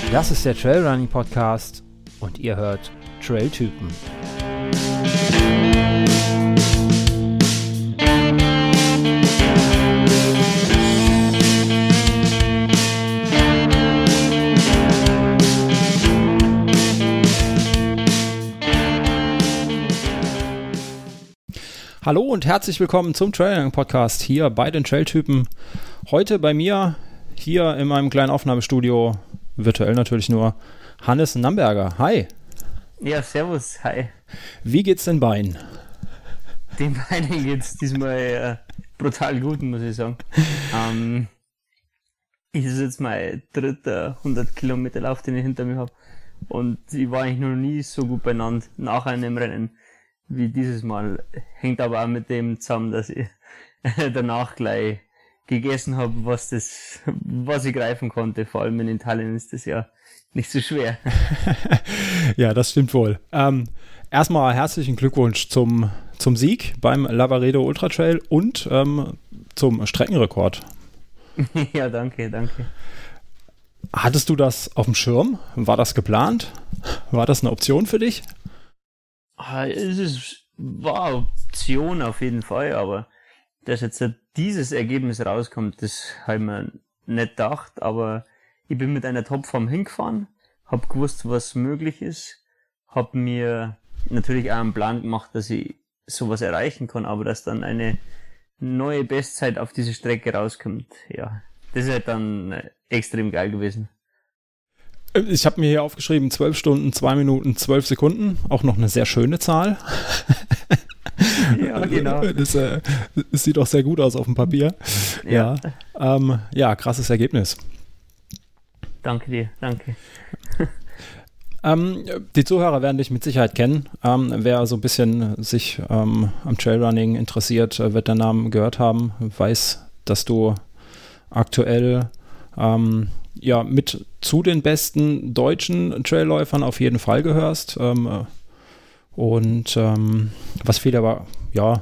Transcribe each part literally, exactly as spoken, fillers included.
Das ist der Trailrunning Podcast und ihr hört Trailtypen. Hallo und herzlich willkommen zum Trailrunning Podcast hier bei den Trailtypen. Heute bei mir hier in meinem kleinen Aufnahmestudio, virtuell natürlich nur, Hannes Namberger. Hi. Ja, servus, hi. Wie geht's den Beinen? Den Beinen geht's diesmal äh, brutal gut, muss ich sagen. ähm, ich ist jetzt mein dritter hundert Kilometer Lauf, den ich hinter mir habe. Und ich war eigentlich noch nie so gut beieinander nach einem Rennen wie dieses Mal. Hängt aber auch mit dem zusammen, dass ich danach gleich gegessen habe, was das, was ich greifen konnte. Vor allem in Italien ist das ja nicht so schwer. Ja, das stimmt wohl. Ähm, erstmal herzlichen Glückwunsch zum, zum Sieg beim Lavaredo Ultra Trail und ähm, zum Streckenrekord. Ja, danke, danke. Hattest du das auf dem Schirm? War das geplant? War das eine Option für dich? Es ist, war Option auf jeden Fall, aber dass jetzt dieses Ergebnis rauskommt, das habe ich mir nicht gedacht, aber ich bin mit einer Topform hingefahren, habe gewusst, was möglich ist, habe mir natürlich auch einen Plan gemacht, dass ich sowas erreichen kann, aber dass dann eine neue Bestzeit auf diese Strecke rauskommt, ja, das ist halt dann extrem geil gewesen. Ich habe mir hier aufgeschrieben, zwölf Stunden, zwei Minuten, zwölf Sekunden, auch noch eine sehr schöne Zahl. Ja, genau. Das, äh, das sieht auch sehr gut aus auf dem Papier. Ja, ja, ähm, ja, krasses Ergebnis. Danke dir, danke. ähm, die Zuhörer werden dich mit Sicherheit kennen. Ähm, wer so ein bisschen sich ähm, am Trailrunning interessiert, wird den Namen gehört haben, weiß, dass du aktuell ähm, ja mit zu den besten deutschen Trailläufern auf jeden Fall gehörst. Ähm, und ähm, was viele aber, ja,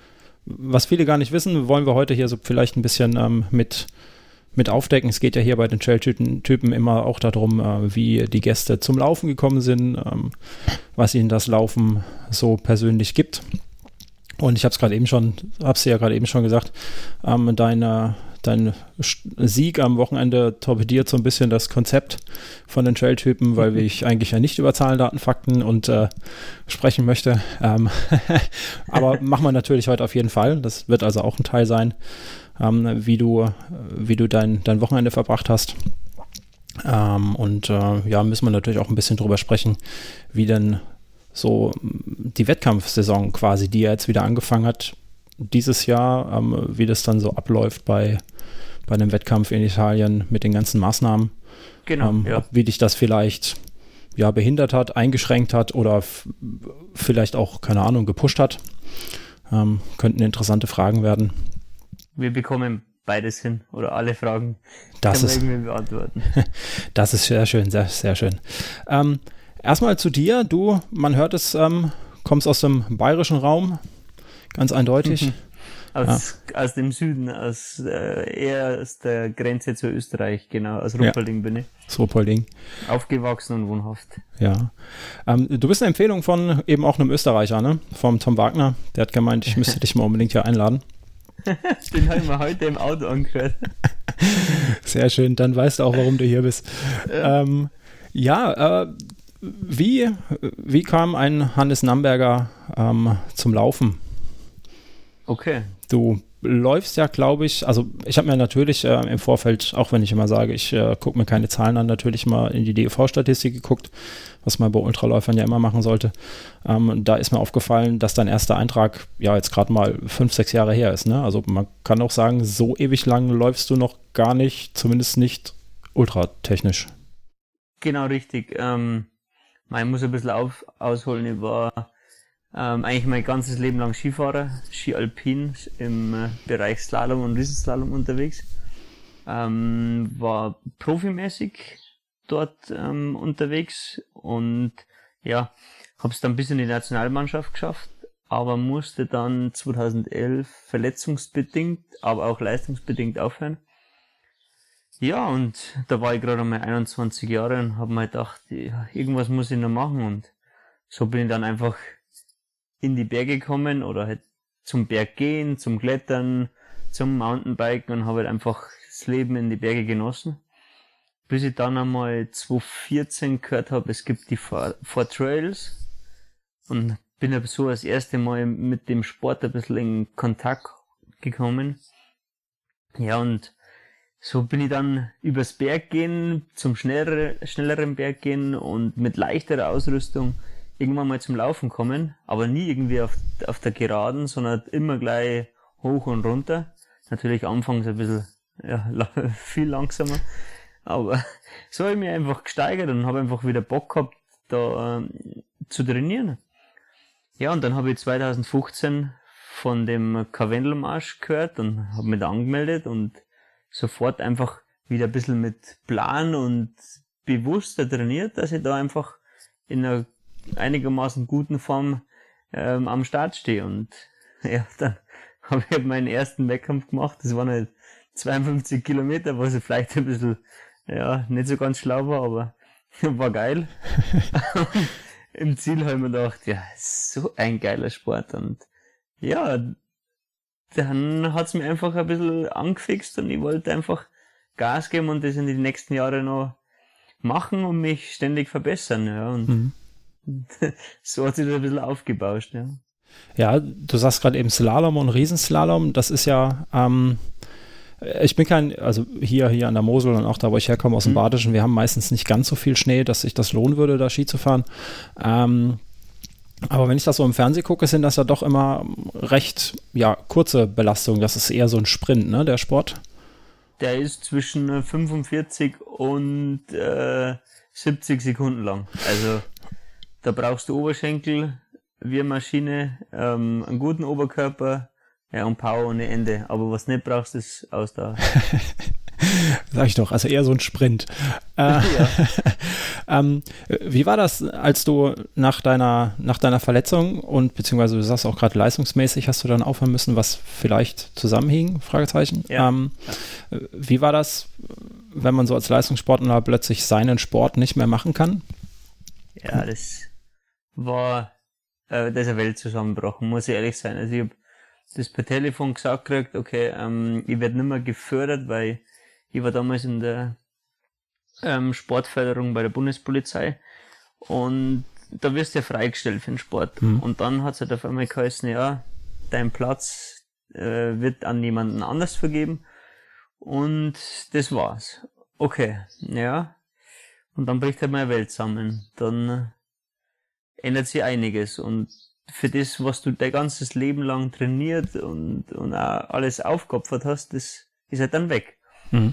was viele gar nicht wissen, wollen wir heute hier so vielleicht ein bisschen ähm, mit, mit aufdecken. Es geht ja hier bei den Trailtypen immer auch darum, äh, wie die Gäste zum Laufen gekommen sind, ähm, was ihnen das Laufen so persönlich gibt. Und ich habe es gerade eben schon, habe es ja gerade eben schon gesagt, ähm, deine Dein Sieg am Wochenende torpediert so ein bisschen das Konzept von den Trailtypen, weil ich eigentlich ja nicht über Zahlen, Daten, Fakten und äh, sprechen möchte. Ähm, aber machen wir natürlich heute auf jeden Fall. Das wird also auch ein Teil sein, ähm, wie du, wie du dein, dein Wochenende verbracht hast. Ähm, und äh, ja, müssen wir natürlich auch ein bisschen drüber sprechen, wie denn so die Wettkampfsaison quasi, die ja jetzt wieder angefangen hat, dieses Jahr, ähm, wie das dann so abläuft bei, bei einem Wettkampf in Italien mit den ganzen Maßnahmen. Genau, ähm, ja. Ob, wie dich das vielleicht ja, behindert hat, eingeschränkt hat oder f- vielleicht auch, keine Ahnung, gepusht hat. Ähm, könnten interessante Fragen werden. Wir bekommen beides hin oder alle Fragen. Das ist, irgendwie beantworten. Das ist sehr schön, sehr, sehr schön. Ähm, erstmal zu dir. Du, man hört es, ähm, kommst aus dem bayerischen Raum. Ganz eindeutig. Aus, ja. aus dem Süden, aus äh, eher aus der Grenze zu Österreich, genau, aus Ruppolding ja. bin ich. Aus Ruppolding. Aufgewachsen und wohnhaft. Ja. Ähm, du bist eine Empfehlung von eben auch einem Österreicher, ne? Vom Tom Wagner. Der hat gemeint, ich müsste dich mal unbedingt hier einladen. Den habe ich mir heute im Auto angehört. Sehr schön, dann weißt du auch, warum du hier bist. Ja, ähm, ja äh, wie, wie kam ein Hannes Namberger ähm, zum Laufen? Okay. Du läufst ja, glaube ich, also ich habe mir natürlich äh, im Vorfeld, auch wenn ich immer sage, ich äh, gucke mir keine Zahlen an, natürlich mal in die D E V-Statistik geguckt, was man bei Ultraläufern ja immer machen sollte. Ähm, da ist mir aufgefallen, dass dein erster Eintrag ja jetzt gerade mal fünf, sechs Jahre her ist. Ne? Also man kann auch sagen, so ewig lang läufst du noch gar nicht, zumindest nicht ultratechnisch. Genau, richtig. Ähm, ich muss ein bisschen auf, ausholen. Ich war Ähm, eigentlich mein ganzes Leben lang Skifahrer, Ski Alpin im äh, Bereich Slalom und Riesenslalom unterwegs. Ähm, war profimäßig dort ähm, unterwegs und ja, habe es dann bis in die Nationalmannschaft geschafft, aber musste dann zweitausendelf verletzungsbedingt, aber auch leistungsbedingt aufhören. Ja, und da war ich gerade einmal einundzwanzig Jahre und habe mir gedacht, ja, irgendwas muss ich noch machen. Und so bin ich dann einfach in die Berge gekommen oder halt zum Berg gehen, zum Klettern, zum Mountainbiken und habe halt einfach das Leben in die Berge genossen. Bis ich dann einmal zwanzig vierzehn gehört habe, es gibt die Four, Four Trails und bin aber so das erste Mal mit dem Sport ein bisschen in Kontakt gekommen. Ja, und so bin ich dann übers Berggehen zum schnellere, schnelleren Berggehen und mit leichterer Ausrüstung irgendwann mal zum Laufen kommen, aber nie irgendwie auf, auf der Geraden, sondern immer gleich hoch und runter. Natürlich anfangs ein bisschen, ja, viel langsamer, aber so habe ich mich einfach gesteigert und habe einfach wieder Bock gehabt, da ähm, zu trainieren. Ja, und dann habe ich zwanzig fünfzehn von dem Karwendelmarsch gehört und habe mich da angemeldet und sofort einfach wieder ein bisschen mit Plan und bewusster trainiert, dass ich da einfach in einer einigermaßen guten Form ähm, am Start stehe. Und ja, dann habe ich halt meinen ersten Wettkampf gemacht. Das waren halt zweiundfünfzig Kilometer, was vielleicht ein bisschen, ja, nicht so ganz schlau war, aber war geil. Im Ziel habe ich mir gedacht, ja, so ein geiler Sport. Und ja, dann hat's mich einfach ein bisschen angefixt und ich wollte einfach Gas geben und das in die nächsten Jahre noch machen und mich ständig verbessern. Ja, und mhm. so hat sich das ein bisschen aufgebauscht. Ja, ja, du sagst gerade eben Slalom und Riesenslalom, das ist ja, ähm, ich bin kein, also hier, hier an der Mosel und auch da, wo ich herkomme, aus dem mhm. Badischen, wir haben meistens nicht ganz so viel Schnee, dass sich das lohnen würde, da Ski zu fahren. Ähm, aber wenn ich das so im Fernsehen gucke, sind das ja doch immer recht, ja, kurze Belastungen. Das ist eher so ein Sprint, ne, der Sport? Der ist zwischen fünfundvierzig und äh, siebzig Sekunden lang. Also da brauchst du Oberschenkel wie eine Maschine, ähm, einen guten Oberkörper, ja, und Power ohne Ende. Aber was nicht brauchst, ist Ausdauer. Sag ich doch, also eher so ein Sprint. Äh, ja. ähm, wie war das, als du nach deiner, nach deiner Verletzung und beziehungsweise du sagst auch gerade leistungsmäßig, hast du dann aufhören müssen, was vielleicht zusammenhing, Fragezeichen. Ja. Ähm, wie war das, wenn man so als Leistungssportler plötzlich seinen Sport nicht mehr machen kann? Ja, das war, äh, das ist eine Welt zusammengebrochen, muss ich ehrlich sein. Also ich habe das per Telefon gesagt gekriegt, okay, ähm, ich werde nicht mehr gefördert, weil ich war damals in der ähm, Sportförderung bei der Bundespolizei und da wirst du ja freigestellt für den Sport. Mhm. Und dann hat es halt auf einmal geheißen, ja, dein Platz äh, wird an jemanden anders vergeben und das war's. Okay, ja. Und dann bricht halt meine Welt zusammen. Dann äh, ändert sich einiges und für das, was du dein ganzes Leben lang trainiert und, und auch alles aufgeopfert hast, das ist halt dann weg. Mhm.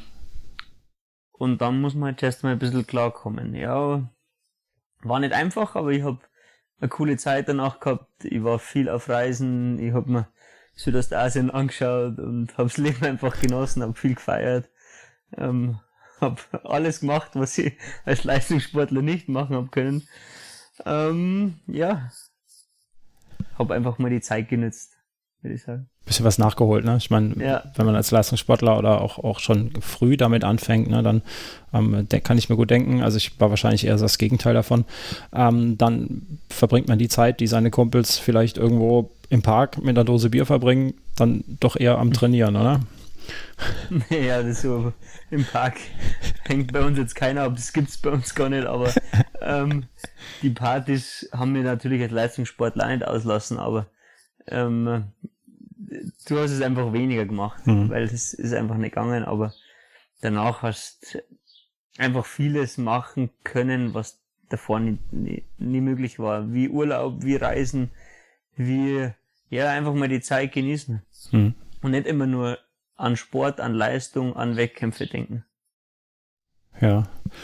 Und dann muss man halt erst mal ein bisschen klarkommen. Ja, war nicht einfach, aber ich habe eine coole Zeit danach gehabt. Ich war viel auf Reisen, ich habe mir Südostasien angeschaut und habe das Leben einfach genossen, habe viel gefeiert, ähm, habe alles gemacht, was ich als Leistungssportler nicht machen habe können. Ähm, ja, habe einfach mal die Zeit genutzt, würde ich sagen. Bisschen was nachgeholt, ne? Ich meine, ja. Wenn man als Leistungssportler oder auch, auch schon früh damit anfängt, ne, dann ähm, der kann ich mir gut denken, also ich war wahrscheinlich eher so das Gegenteil davon, ähm, dann verbringt man die Zeit, die seine Kumpels vielleicht irgendwo im Park mit einer Dose Bier verbringen, dann doch eher am Trainieren, oder? Ja, das so im Park hängt bei uns jetzt keiner ab, das gibt's bei uns gar nicht, aber ähm, die Partys haben wir natürlich als Leistungssportler auch nicht auslassen, aber ähm, du hast es einfach weniger gemacht, mhm. weil es ist einfach nicht gegangen, aber danach hast einfach vieles machen können, was davor nie, nie, nie möglich war, wie Urlaub, wie Reisen, wie, ja, einfach mal die Zeit genießen mhm. und nicht immer nur an Sport, an Leistung, an Wettkämpfe denken. Ja.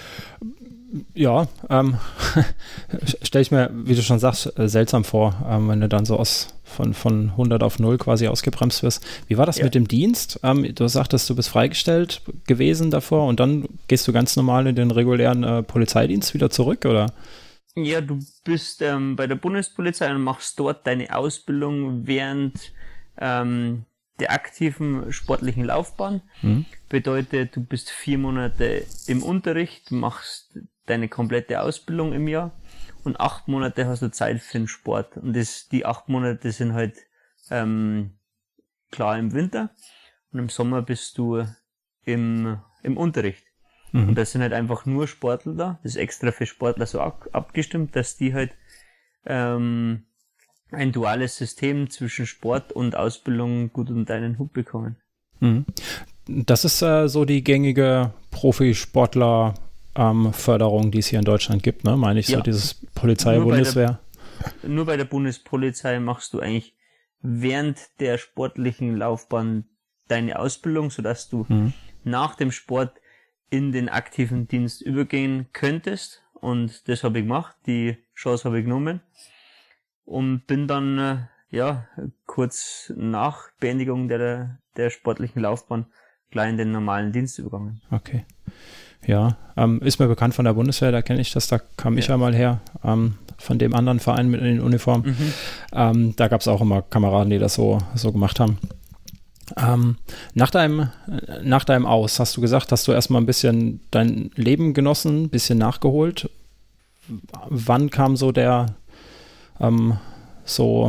Ja, ähm, stelle ich mir, wie du schon sagst, seltsam vor, ähm, wenn du dann so aus von, von hundert auf null quasi ausgebremst wirst. Wie war das ja. mit dem Dienst? Ähm, du sagtest, du bist freigestellt gewesen davor und dann gehst du ganz normal in den regulären äh, Polizeidienst wieder zurück, oder? Ja, du bist ähm, bei der Bundespolizei und machst dort deine Ausbildung während ähm, der aktiven sportlichen Laufbahn. Mhm. Bedeutet, du bist vier Monate im Unterricht, machst deine komplette Ausbildung im Jahr und acht Monate hast du Zeit für den Sport. Und das, die acht Monate sind halt ähm, klar im Winter und im Sommer bist du im, im Unterricht. Mhm. Und da sind halt einfach nur Sportler da. Das ist extra für Sportler so ab, abgestimmt, dass die halt ähm, ein duales System zwischen Sport und Ausbildung gut unter einen Hut bekommen. Mhm. Das ist äh, so die gängige Profisportler ähm, Förderung, die es hier in Deutschland gibt, ne? Meine ich, Ja. so dieses Polizei, Nur bei Bundeswehr. der- Nur bei der Bundespolizei machst du eigentlich während der sportlichen Laufbahn deine Ausbildung, sodass du Mhm. nach dem Sport in den aktiven Dienst übergehen könntest. Und das habe ich gemacht. Die Chance habe ich genommen. Und bin dann, äh, ja, kurz nach Beendigung der, der sportlichen Laufbahn gleich in den normalen Dienst übergegangen. Okay. Ja, ähm, ist mir bekannt von der Bundeswehr, da kenne ich das, da kam ich ja mal her, ähm, von dem anderen Verein mit in den Uniformen. Mhm. Ähm, da gab es auch immer Kameraden, die das so, so gemacht haben. Ähm, nach deinem, nach deinem Aus, hast du gesagt, hast du erstmal ein bisschen dein Leben genossen, ein bisschen nachgeholt. Wann kam so der, ähm, so,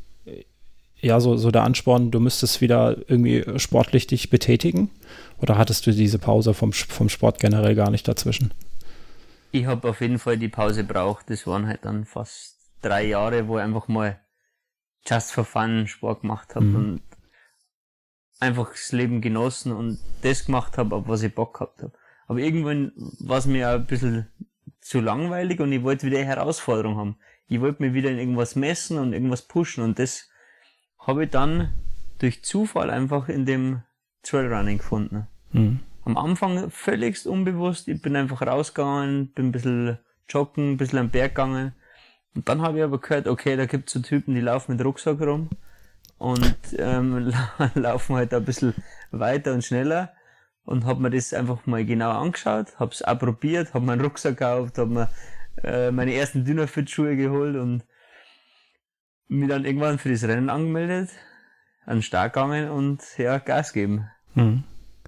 ja, so, so der Ansporn, du müsstest wieder irgendwie sportlich dich betätigen? Oder hattest du diese Pause vom, vom Sport generell gar nicht dazwischen? Ich habe auf jeden Fall die Pause braucht. Das waren halt dann fast drei Jahre, wo ich einfach mal just for fun Sport gemacht habe Mhm. und einfach das Leben genossen und das gemacht habe, auf was ich Bock gehabt habe. Aber irgendwann war es mir auch ein bisschen zu langweilig und ich wollte wieder eine Herausforderung haben. Ich wollte mich wieder in irgendwas messen und irgendwas pushen und das habe ich dann durch Zufall einfach in dem Trailrunning gefunden. Mhm. Am Anfang völligst unbewusst, ich bin einfach rausgegangen, bin ein bisschen joggen, ein bisschen am Berg gegangen und dann habe ich aber gehört, okay, da gibt's so Typen, die laufen mit Rucksack rum und ähm, laufen halt ein bisschen weiter und schneller und habe mir das einfach mal genau angeschaut, habe es auch probiert, habe mir einen Rucksack gekauft, habe mir äh, meine ersten Dynafit-Schuhe geholt und mich dann irgendwann für das Rennen angemeldet, an den Start gegangen und ja, Gas geben. Mhm.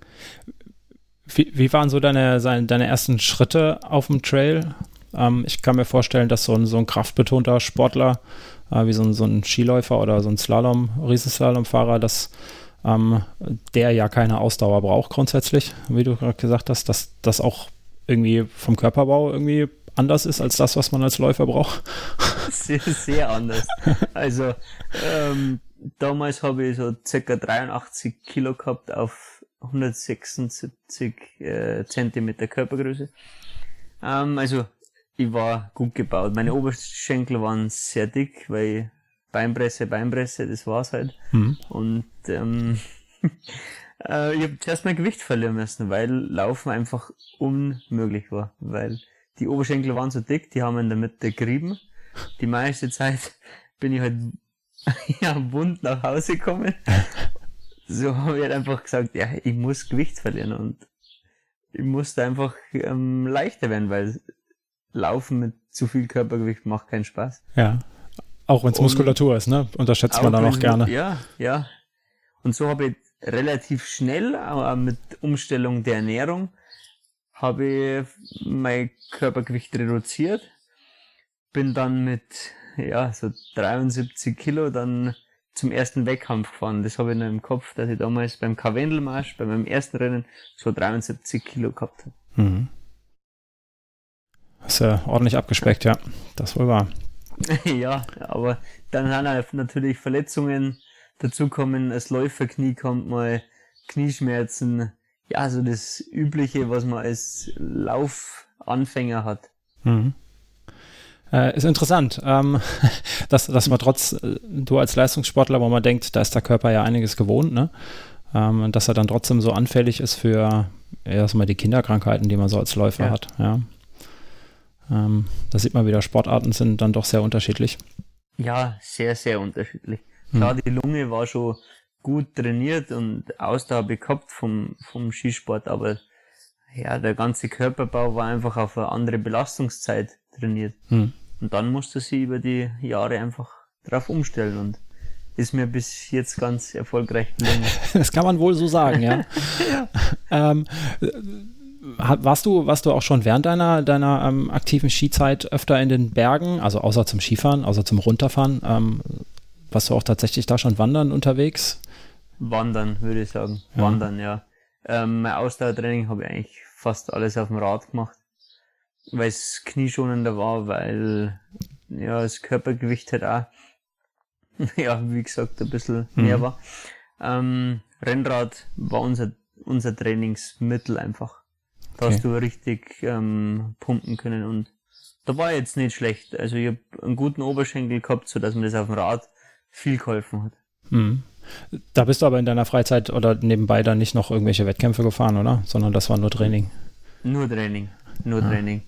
Wie, wie waren so deine, seine, deine ersten Schritte auf dem Trail? Ähm, ich kann mir vorstellen, dass so ein, so ein kraftbetonter Sportler, äh, wie so ein, so ein Skiläufer oder so ein Slalom, Riesenslalomfahrer, dass ähm, der ja keine Ausdauer braucht grundsätzlich, wie du gerade gesagt hast, dass das auch irgendwie vom Körperbau irgendwie anders ist als das, was man als Läufer braucht. Sehr, sehr anders. Also ähm, damals habe ich so circa dreiundachtzig Kilo gehabt auf hundertsechsundsiebzig äh, Zentimeter Körpergröße. Ähm, also ich war gut gebaut. Meine Oberschenkel waren sehr dick, weil Beinpresse, Beinpresse, das war's halt. Mhm. Und ähm, äh, ich habe zuerst mein Gewicht verlieren müssen, weil Laufen einfach unmöglich war. Weil die Oberschenkel waren so dick, die haben in der Mitte gerieben. Die meiste Zeit bin ich halt ja, wund nach Hause gekommen. So habe ich halt einfach gesagt, ja, ich muss Gewicht verlieren und ich musste einfach ähm, leichter werden, weil Laufen mit zu viel Körpergewicht macht keinen Spaß. Ja, auch wenn es Und Muskulatur ist, ne? Unterschätzt man dann auch wenn- gerne. Ja, ja. Und so habe ich relativ schnell, aber mit Umstellung der Ernährung, habe ich mein Körpergewicht reduziert. Bin dann mit, ja, so dreiundsiebzig Kilo dann zum ersten Wettkampf gefahren. Das habe ich noch im Kopf, dass ich damals beim Karwendelmarsch, bei meinem ersten Rennen, so dreiundsiebzig Kilo gehabt habe. Mhm. Hast ja ordentlich abgespeckt, ja. Das wohl wahr. Ja, aber dann haben auch natürlich Verletzungen dazukommen. Als Läuferknie kommt mal Knieschmerzen. Ja, so das Übliche, was man als Laufanfänger hat. Mhm. Äh, ist interessant, ähm, dass, dass man trotz, äh, du als Leistungssportler, wo man denkt, da ist der Körper ja einiges gewohnt, ne? Ähm, dass er dann trotzdem so anfällig ist für erstmal die Kinderkrankheiten, die man so als Läufer Ja. hat. Ja. Ähm, da sieht man wieder, Sportarten sind dann doch sehr unterschiedlich. Ja, sehr, sehr unterschiedlich. Klar, die Lunge war schon gut trainiert und Ausdauer habe ich gehabt vom, vom Skisport, aber ja, der ganze Körperbau war einfach auf eine andere Belastungszeit trainiert. Hm. Und dann musste sie über die Jahre einfach drauf umstellen und ist mir bis jetzt ganz erfolgreich gelungen. Das kann man wohl so sagen, ja. Ja. ähm, warst du, warst du auch schon während deiner, deiner ähm, aktiven Skizeit öfter in den Bergen, also außer zum Skifahren, außer zum Runterfahren, ähm, warst du auch tatsächlich da schon wandern unterwegs? Wandern, würde ich sagen. Ja. Wandern, ja. Ähm, mein Ausdauertraining habe ich eigentlich fast alles auf dem Rad gemacht, weil es knieschonender war, weil ja das Körpergewicht halt auch, ja, wie gesagt, ein bisschen Mhm. mehr war. Ähm, Rennrad war unser, unser Trainingsmittel einfach. Da Okay. hast du richtig ähm, pumpen können und da war jetzt nicht schlecht. Also ich habe einen guten Oberschenkel gehabt, sodass mir das auf dem Rad viel geholfen hat. Mhm. Da bist du aber in deiner Freizeit oder nebenbei dann nicht noch irgendwelche Wettkämpfe gefahren, oder? Sondern das war nur Training. Nur Training, nur Ah. Training.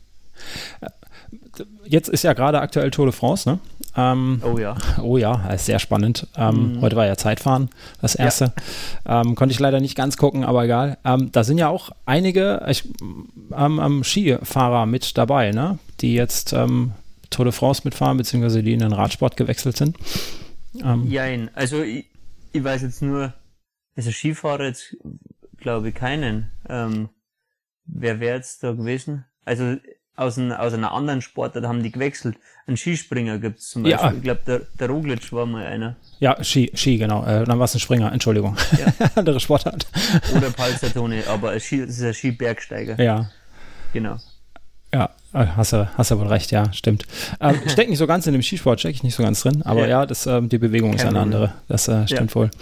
Jetzt ist ja gerade aktuell Tour de France, ne? Ähm, Oh ja. oh ja, ist sehr spannend. Ähm, Mhm. Heute war ja Zeitfahren, das erste. Ähm, konnte ich leider nicht ganz gucken, aber egal. Ähm, da sind ja auch einige ich, ähm, ähm, Skifahrer mit dabei, ne? Die jetzt ähm, Tour de France mitfahren, beziehungsweise die in den Radsport gewechselt sind. Ähm, Jein, also ich, ich weiß jetzt nur, also Skifahrer jetzt glaube ich keinen. Ähm, wer wäre jetzt da gewesen? Also aus, ein, aus einer anderen Sportart haben die gewechselt. Ein Skispringer gibt's zum Ja. Beispiel. Ich glaube, der, der Roglic war mal einer. Ja, Ski, Ski, genau. Äh, dann war es ein Springer, Entschuldigung. Ja. Andere Sportart. Oder Palzertone, aber ein Ski, das ist ein Skibergsteiger. Ja. Genau. Ja, äh, hast du, hast du wohl recht, ja, stimmt. Ähm, steckt nicht so ganz in dem Skisport, stecke ich nicht so ganz drin, aber ja, Ja. das, ähm, die Bewegung ist Kein eine Problem. andere, das äh, stimmt wohl.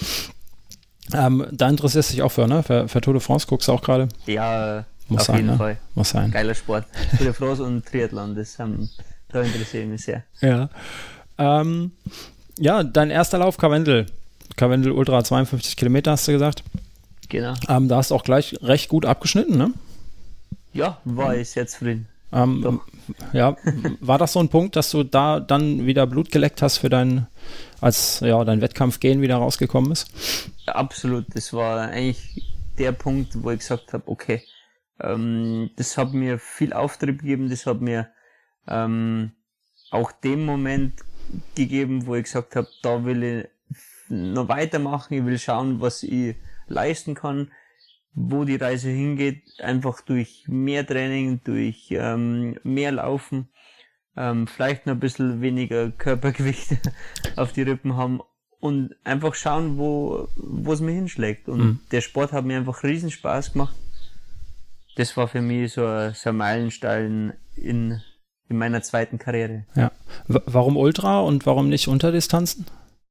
Ähm, da interessierst du dich auch für, ne? Für, für Tour de France guckst du auch gerade? Ja, Muss auf sein, jeden ne? Fall. Muss sein. Geiler Sport. Tour de France und Triathlon, das haben, da interessiere ich mich sehr. Ja. Ähm, ja, dein erster Lauf, Karwendel. Karwendel Ultra zweiundfünfzig Kilometer, hast du gesagt. Genau. Ähm, da hast du auch gleich recht gut abgeschnitten, ne? Ja, war ich sehr zufrieden. Ähm, Doch. ja, war das so ein Punkt, dass du da dann wieder Blut geleckt hast für dein, als ja, dein Wettkampfgehen wieder rausgekommen ist? Ja, absolut, das war eigentlich der Punkt, wo ich gesagt habe, okay, ähm, das hat mir viel Auftrieb gegeben, das hat mir ähm, auch den Moment gegeben, wo ich gesagt habe, da will ich noch weitermachen, ich will schauen, was ich leisten kann, wo die Reise hingeht, einfach durch mehr Training, durch ähm, mehr Laufen, ähm, vielleicht noch ein bisschen weniger Körpergewicht auf die Rippen haben und einfach schauen, wo wo es mir hinschlägt. Und Mhm. der Sport hat mir einfach riesen Spaß gemacht. Das war für mich so ein, so ein Meilenstein in, in meiner zweiten Karriere. Ja. W warum Ultra und warum nicht Unterdistanzen?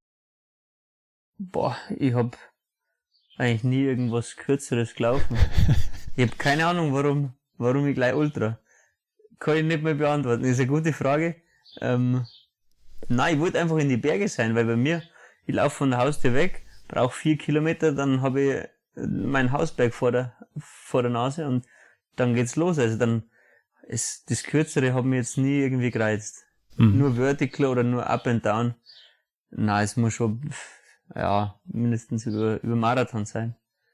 Boah, ich hab eigentlich nie irgendwas Kürzeres gelaufen. Ich habe keine Ahnung, warum, warum ich gleich Ultra. Kann ich nicht mehr beantworten. Das ist eine gute Frage. Ähm, nein, ich wollte einfach in die Berge sein, weil bei mir, ich laufe von der Haustür weg, brauche vier Kilometer, dann habe ich meinen Hausberg vor der, vor der Nase und dann geht's los. Also dann ist das Kürzere hat mich jetzt nie irgendwie gereizt. Mhm. Nur Vertical oder nur Up and Down. Nein, es muss schon, ja, mindestens über, über Marathon sein.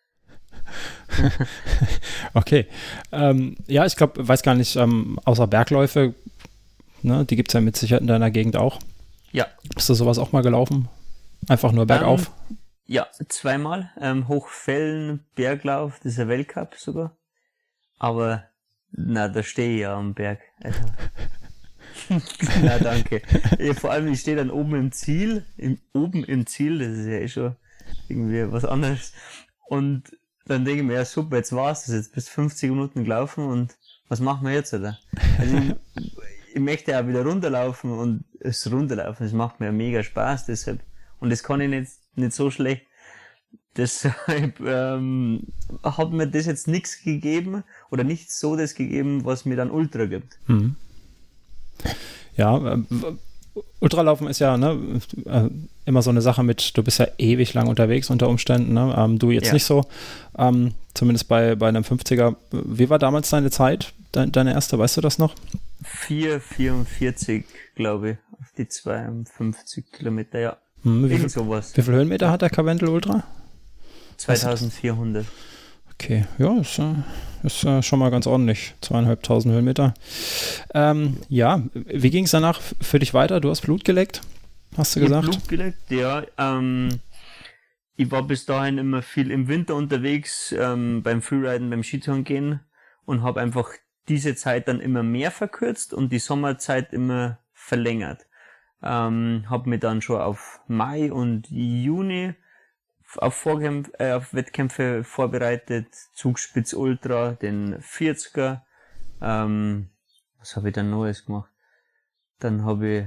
Okay. Ähm, ja, ich glaube, weiß gar nicht, ähm, außer Bergläufe, ne, die gibt es ja mit Sicherheit in deiner Gegend auch. Ja. Bist du sowas auch mal gelaufen? Einfach nur bergauf? Ähm, ja, zweimal. Ähm, Hochfällen, Berglauf, das ist ein Weltcup sogar. Aber, na, da stehe ich ja am Berg. Also. Na, danke. Ja, vor allem, ich stehe dann oben im Ziel, im, oben im Ziel, das ist ja eh schon irgendwie was anderes. Und dann denke ich mir, ja super, jetzt war's das, jetzt bist fünfzig Minuten gelaufen und was machen wir jetzt, oder? Also ich, ich möchte ja wieder runterlaufen und das Runterlaufen, das macht mir mega Spaß, deshalb, und das kann ich nicht, nicht so schlecht. Deshalb ähm, hat mir das jetzt nichts gegeben oder nicht so das gegeben, was mir dann Ultra gibt. Mhm. Ja, äh, Ultralaufen ist ja ne, äh, immer so eine Sache mit, du bist ja ewig lang unterwegs unter Umständen, ne? ähm, du jetzt Ja. nicht so, ähm, zumindest bei, bei einem fünfziger. Wie war damals deine Zeit, de deine erste, weißt du das noch? vier vierundvierzig, glaube ich, auf die zweiundfünfzig Kilometer, ja. Hm, wie, Irgend viel, sowas. wie viel Höhenmeter hat der Karwendel Ultra? zweitausendvierhundert. Okay, ja, ist, äh, ist äh, schon mal ganz ordentlich. Zweieinhalbtausend Höhenmeter. Ähm, ja, wie ging es danach für dich weiter? Du hast Blut geleckt? hast du ich gesagt? Blut geleckt, ja. Ähm, ich war bis dahin immer viel im Winter unterwegs, ähm, beim Freeriden, beim Skitouren gehen und habe einfach diese Zeit dann immer mehr verkürzt und die Sommerzeit immer verlängert. Ähm, habe mich dann schon auf Mai und Juni auf, Vorkämpf äh, auf Wettkämpfe vorbereitet, Zugspitz Ultra, den vierziger. Ähm, was habe ich dann Neues gemacht? Dann habe ich,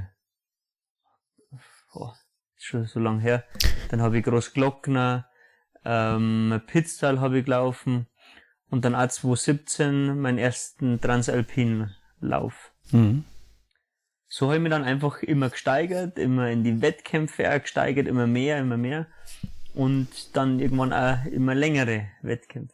oh, ist schon so lang her, dann habe ich Großglockner, ähm, Pitztal habe ich gelaufen und dann auch zwanzig siebzehn meinen ersten Transalpin-Lauf. Mhm. So habe ich mich dann einfach immer gesteigert, immer in die Wettkämpfe auch gesteigert, immer mehr, immer mehr und dann irgendwann auch immer längere Wettkämpfe.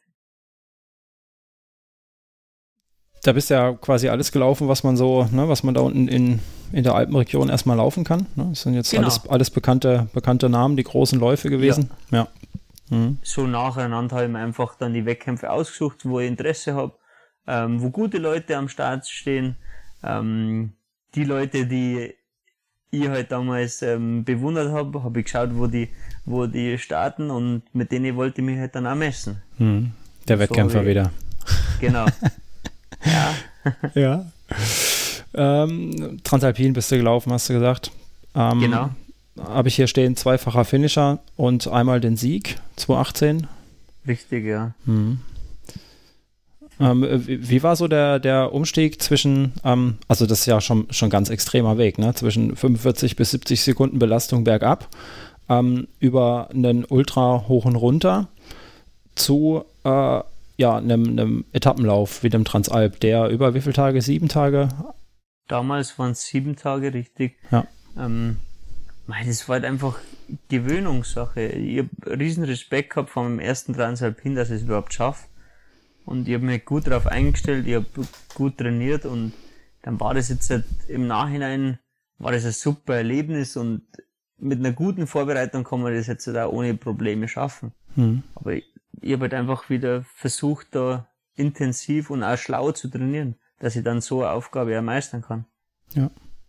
Da bist ja quasi alles gelaufen, was man so, ne, was man da unten in, in der Alpenregion erstmal laufen kann. Ne? Das sind jetzt Genau. alles, alles bekannte, bekannte Namen, die großen Läufe gewesen. Ja. ja. Mhm. So nacheinander habe ich mir einfach dann die Wettkämpfe ausgesucht, wo ich Interesse habe, ähm, wo gute Leute am Start stehen, ähm, die Leute, die ich halt damals ähm, bewundert habe, habe ich geschaut, wo die, wo die starten und mit denen wollte ich mich halt dann auch messen. Mhm. Der Wettkämpfer so, wieder. Genau. Ja. ja. Ähm, Transalpin bist du gelaufen, hast du gesagt. Ähm, Genau. Habe ich hier stehen, zweifacher Finisher und einmal den Sieg, zwanzig achtzehn. Richtig, ja. Mhm. Ähm, wie, wie war so der, der Umstieg zwischen, ähm, also das ist ja schon, schon ganz extremer Weg, ne? Zwischen fünfundvierzig bis siebzig Sekunden Belastung bergab, ähm, über einen Ultra hoch und runter zu äh, ja, einem, einem Etappenlauf wie dem Transalp, der über wie viele Tage? Sieben Tage? Damals waren es sieben Tage, richtig. Ja. Ähm, mei, das war halt einfach Gewöhnungssache. Ich habe riesen Respekt gehabt von meinem ersten Transalpin, dass ich es überhaupt schaffe. Und ich habe mich gut darauf eingestellt, ich habe gut trainiert und dann war das jetzt halt im Nachhinein, war das ein super Erlebnis und mit einer guten Vorbereitung kann man das jetzt halt auch ohne Probleme schaffen. Hm. Aber ich, ich habe halt einfach wieder versucht, da intensiv und auch schlau zu trainieren, dass ich dann so eine Aufgabe auch meistern kann. Ja.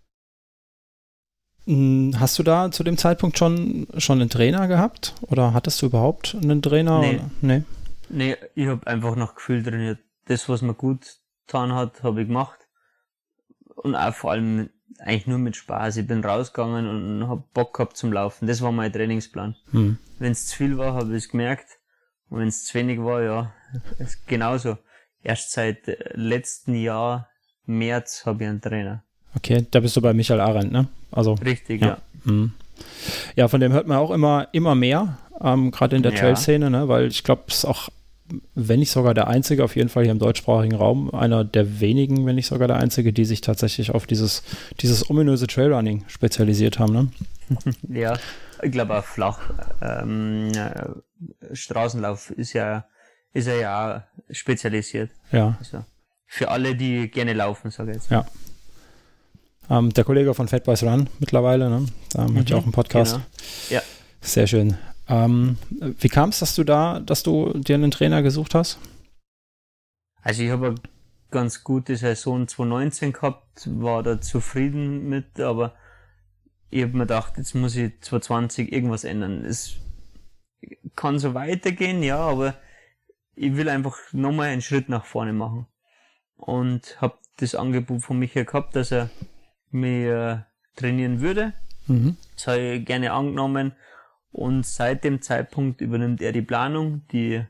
Hast du da zu dem Zeitpunkt schon, schon einen Trainer gehabt? Oder hattest du überhaupt einen Trainer? Nee. Oder? Nee. Nee, ich habe einfach nach Gefühl trainiert. Das, was mir gut getan hat, habe ich gemacht. Und auch vor allem eigentlich nur mit Spaß. Ich bin rausgegangen und habe Bock gehabt zum Laufen. Das war mein Trainingsplan. Hm. Wenn es zu viel war, habe ich es gemerkt. Und wenn es zu wenig war, ja, ist genauso. Erst seit letztem Jahr, März, habe ich einen Trainer. Okay, da bist du bei Michael Arendt, ne? Also, Richtig, ja. ja. Hm. Ja, von dem hört man auch immer, immer mehr, ähm, gerade in der Ja. Trail-Szene, ne? Weil ich glaube, es ist auch, wenn nicht sogar der einzige, auf jeden Fall hier im deutschsprachigen Raum, einer der wenigen, wenn nicht sogar der einzige, die sich tatsächlich auf dieses, dieses ominöse Trailrunning spezialisiert haben, ne? Ja, ich glaube auch flach. Ähm, äh, Straßenlauf ist ja, ist er ja auch spezialisiert. Ja. Also für alle, die gerne laufen, sage ich jetzt. Ja. Ähm, der Kollege von Fat Boys Run mittlerweile, ne? Da mhm, hat ja auch einen Podcast. Genau. Ja. Sehr schön. Ähm, wie kam es, dass du da, dass du dir einen Trainer gesucht hast? Also ich habe eine ganz gute Saison zwanzig neunzehn gehabt, war da zufrieden mit, aber ich habe mir gedacht, jetzt muss ich zwanzig zwanzig irgendwas ändern. Es kann so weitergehen, ja, aber ich will einfach nochmal einen Schritt nach vorne machen. Und habe das Angebot von Michael gehabt, dass er mich äh, trainieren würde. Mhm. Das habe ich gerne angenommen. Und seit dem Zeitpunkt übernimmt er die Planung, die,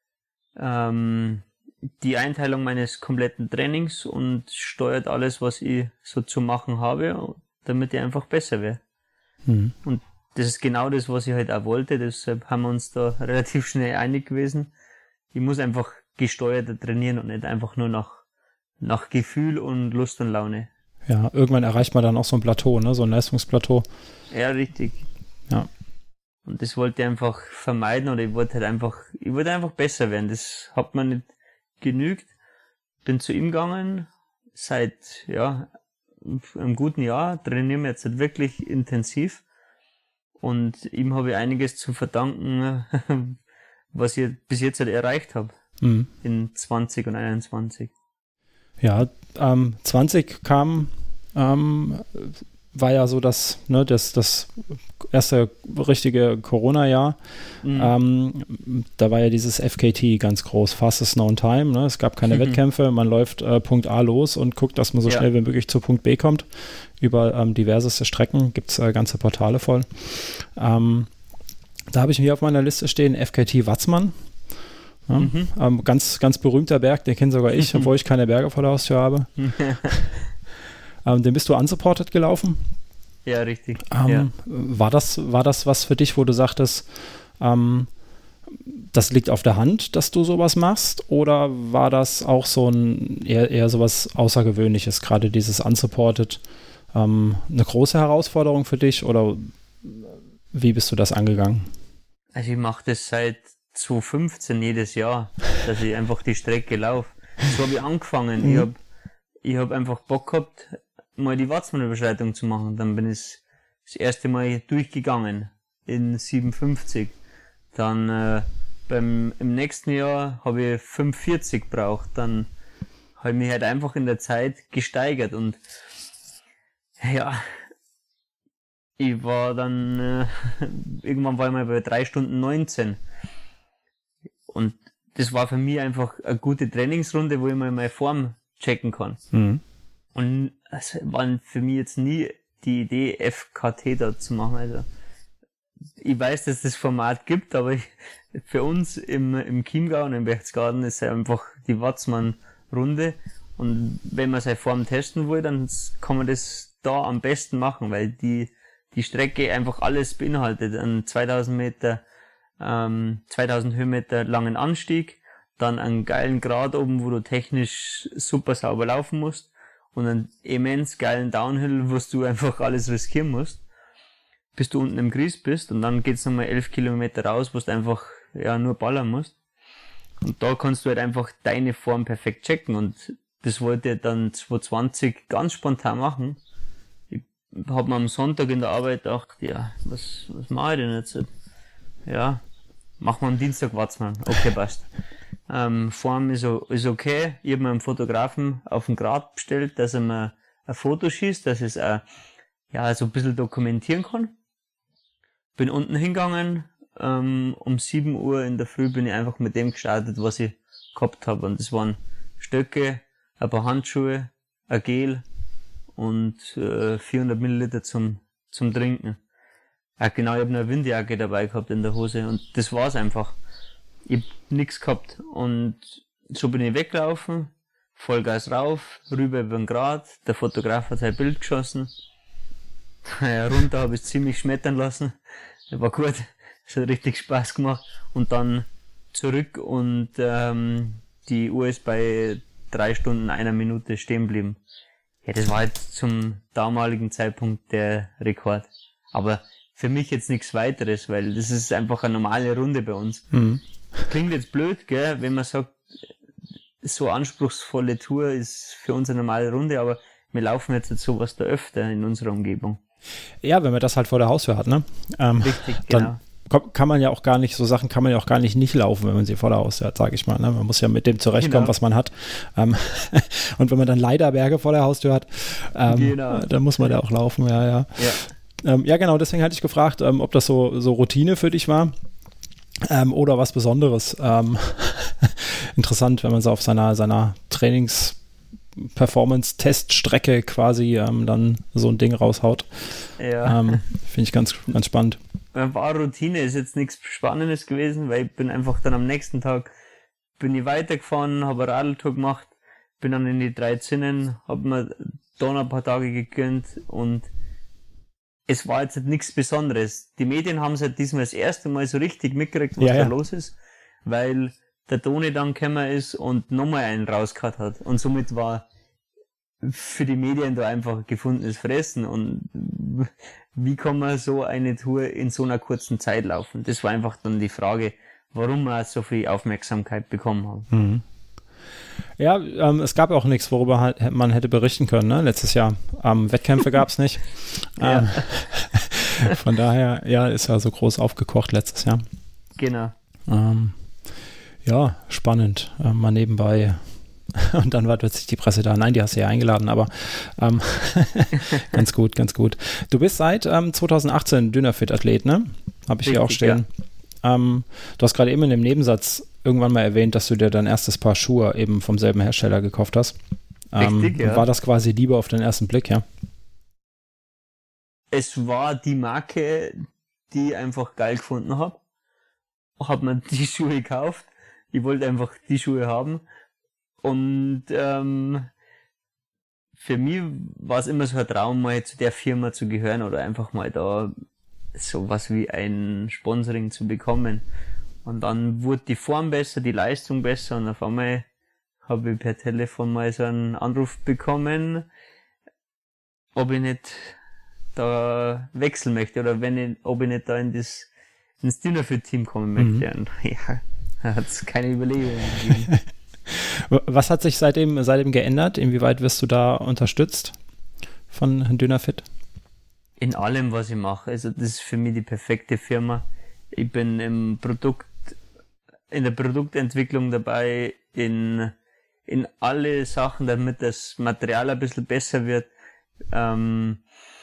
ähm, die Einteilung meines kompletten Trainings und steuert alles, was ich so zu machen habe, damit ich einfach besser werde. Mhm. Und das ist genau das, was ich halt auch wollte, deshalb haben wir uns da relativ schnell einig gewesen. Ich muss einfach gesteuerter trainieren und nicht einfach nur nach, nach Gefühl und Lust und Laune. Ja, irgendwann erreicht man dann auch so ein Plateau, ne? So ein Leistungsplateau. Ja, richtig. Ja. Und das wollte ich einfach vermeiden oder ich wollte halt einfach, ich wollte einfach besser werden. Das hat mir nicht genügt. Bin zu ihm gegangen, seit, ja, einem guten Jahr, trainieren wir jetzt halt wirklich intensiv. Und ihm habe ich einiges zu verdanken, was ich bis jetzt halt erreicht habe. Mhm. In zwanzig und einundzwanzig. Ja, ähm, zwanzig kam, ähm, war ja so das, ne, das, das erste richtige Corona-Jahr. Mhm. Ähm, da war ja dieses F K T ganz groß, Fastest Known Time. Ne? Es gab keine mhm. Wettkämpfe, man läuft äh, Punkt A los und guckt, dass man so ja. schnell wie möglich zu Punkt B kommt. Über ähm, diverseste Strecken gibt es äh, ganze Portale voll. Ähm, da habe ich mir auf meiner Liste stehen, F K T Watzmann. Ja, mhm. ähm, ganz, ganz berühmter Berg, den kenne sogar ich, obwohl ich keine Berge vor der Haustür habe. ähm, den bist du unsupported gelaufen? Ja, richtig. Ähm, ja. War das, war das was für dich, wo du sagtest, ähm, das liegt auf der Hand, dass du sowas machst? Oder war das auch so ein eher, eher sowas Außergewöhnliches, gerade dieses unsupported, ähm, eine große Herausforderung für dich? Oder wie bist du das angegangen? Also ich mache das seit zwanzig fünfzehn jedes Jahr, dass ich einfach die Strecke laufe. So habe ich angefangen. Mhm. Ich habe ich hab einfach Bock gehabt, mal die Watzmann-Überschreitung zu machen. Dann bin ich das erste Mal durchgegangen in siebenundfünfzig. Dann äh, beim im nächsten Jahr habe ich fünfundvierzig gebraucht. Dann habe ich mich halt einfach in der Zeit gesteigert und ja, ich war dann äh, irgendwann war ich mal bei drei Stunden neunzehn. Und das war für mich einfach eine gute Trainingsrunde, wo ich mal meine Form checken kann. Mhm. Und es war für mich jetzt nie die Idee, F K T da zu machen. Also ich weiß, dass es das Format gibt, aber ich, für uns im, im Chiemgau und im Berchtesgaden ist es einfach die Watzmann-Runde. Und wenn man seine Form testen will, dann kann man das da am besten machen, weil die, die Strecke einfach alles beinhaltet. An zweitausend Meter Ähm, zweitausend Höhenmeter langen Anstieg, dann einen geilen Grat oben, wo du technisch super sauber laufen musst und einen immens geilen Downhill, wo du einfach alles riskieren musst, bis du unten im Gries bist und dann geht's nochmal elf Kilometer raus, wo du einfach ja nur ballern musst und da kannst du halt einfach deine Form perfekt checken und das wollte ich dann zwanzig zwanzig ganz spontan machen. Ich hab mir am Sonntag in der Arbeit gedacht, ja, was, was mache ich denn jetzt? Ja, machen wir am Dienstag Watzmann. Okay, passt. Ähm, Form ist, ist okay. Ich habe mir einen Fotografen auf den Grat bestellt, dass er mir ein Foto schießt, dass ich es auch, ja, so ein bisschen dokumentieren kann. Bin unten hingegangen, ähm, um sieben Uhr in der Früh bin ich einfach mit dem gestartet, was ich gehabt habe. Und das waren Stöcke, ein paar Handschuhe, ein Gel und äh, vierhundert Milliliter zum, zum Trinken. Ja, genau, ich habe eine Windjacke dabei gehabt in der Hose und das war's einfach. Ich hab nix gehabt und so bin ich weggelaufen, Vollgas rauf, rüber über den Grat, der Fotograf hat sein Bild geschossen, ja, runter habe ich es ziemlich schmettern lassen, das war gut, es hat richtig Spaß gemacht und dann zurück und ähm, die Uhr ist bei drei Stunden, einer Minute stehen geblieben. Ja, das war halt zum damaligen Zeitpunkt der Rekord, aber für mich jetzt nichts weiteres, weil das ist einfach eine normale Runde bei uns. Mhm. Klingt jetzt blöd, gell, wenn man sagt, so anspruchsvolle Tour ist für uns eine normale Runde, aber wir laufen jetzt nicht sowas da öfter in unserer Umgebung. Ja, wenn man das halt vor der Haustür hat, ne? Ähm, Richtig, genau. Dann kann man ja auch gar nicht, so Sachen kann man ja auch gar nicht nicht laufen, wenn man sie vor der Haustür hat, sage ich mal. Ne? Man muss ja mit dem zurechtkommen, genau, was man hat. Ähm, und wenn man dann leider Berge vor der Haustür hat, ähm, genau, dann muss man da auch laufen, ja, ja. Ja. Ähm, ja, genau, deswegen hatte ich gefragt, ähm, ob das so, so Routine für dich war ähm, oder was Besonderes. Ähm, interessant, wenn man so auf seiner, seiner Trainings-Performance-Teststrecke quasi ähm, dann so ein Ding raushaut. Ja. Ähm, finde ich ganz, ganz spannend. War Routine, ist jetzt nichts Spannendes gewesen, weil ich bin einfach dann am nächsten Tag bin ich weitergefahren, habe eine Radltour gemacht, bin dann in die drei Zinnen, habe mir da noch ein paar Tage gegönnt und es war jetzt nichts Besonderes. Die Medien haben es halt diesmal das erste Mal so richtig mitgekriegt, was ja, da ja. los ist, weil der Toni dann gekommen ist und nochmal einen rausgehauen hat. Und somit war für die Medien da einfach gefundenes Fressen. Und wie kann man so eine Tour in so einer kurzen Zeit laufen? Das war einfach dann die Frage, warum wir so viel Aufmerksamkeit bekommen haben. Mhm. Ja, ähm, es gab auch nichts, worüber halt man hätte berichten können, ne? Letztes Jahr. Ähm, Wettkämpfe gab es nicht. Ähm, von daher, ja, ist ja so groß aufgekocht letztes Jahr. Genau. Ähm, ja, spannend. Ähm, mal nebenbei und dann war plötzlich die Presse da. Nein, die hast du ja eingeladen, aber ähm, ganz gut, ganz gut. Du bist seit ähm, zwanzig achtzehn Dynafit-Athlet, ne? Habe ich Richtig, hier auch stehen. Ja. Ähm, du hast gerade eben in dem Nebensatz irgendwann mal erwähnt, dass du dir dein erstes Paar Schuhe eben vom selben Hersteller gekauft hast. Ähm, Richtig, ja. War das quasi Liebe auf den ersten Blick, ja? Es war die Marke, die ich einfach geil gefunden habe. Hab mir die Schuhe gekauft. Ich wollte einfach die Schuhe haben. Und ähm, für mich war es immer so ein Traum, mal zu der Firma zu gehören oder einfach mal da sowas wie ein Sponsoring zu bekommen. Und dann wurde die Form besser, die Leistung besser und auf einmal habe ich per Telefon mal so einen Anruf bekommen, ob ich nicht da wechseln möchte oder wenn ich, ob ich nicht da in das ins Dynafit-Team kommen möchte. Mhm. Und ja, da hat es keine Überlegungen gegeben. Was hat sich seitdem, seitdem geändert? Inwieweit wirst du da unterstützt von Dynafit? In allem, was ich mache. Also das ist für mich die perfekte Firma. Ich bin im Produkt, in der Produktentwicklung dabei, in, in alle Sachen, damit das Material ein bisschen besser wird. Ähm,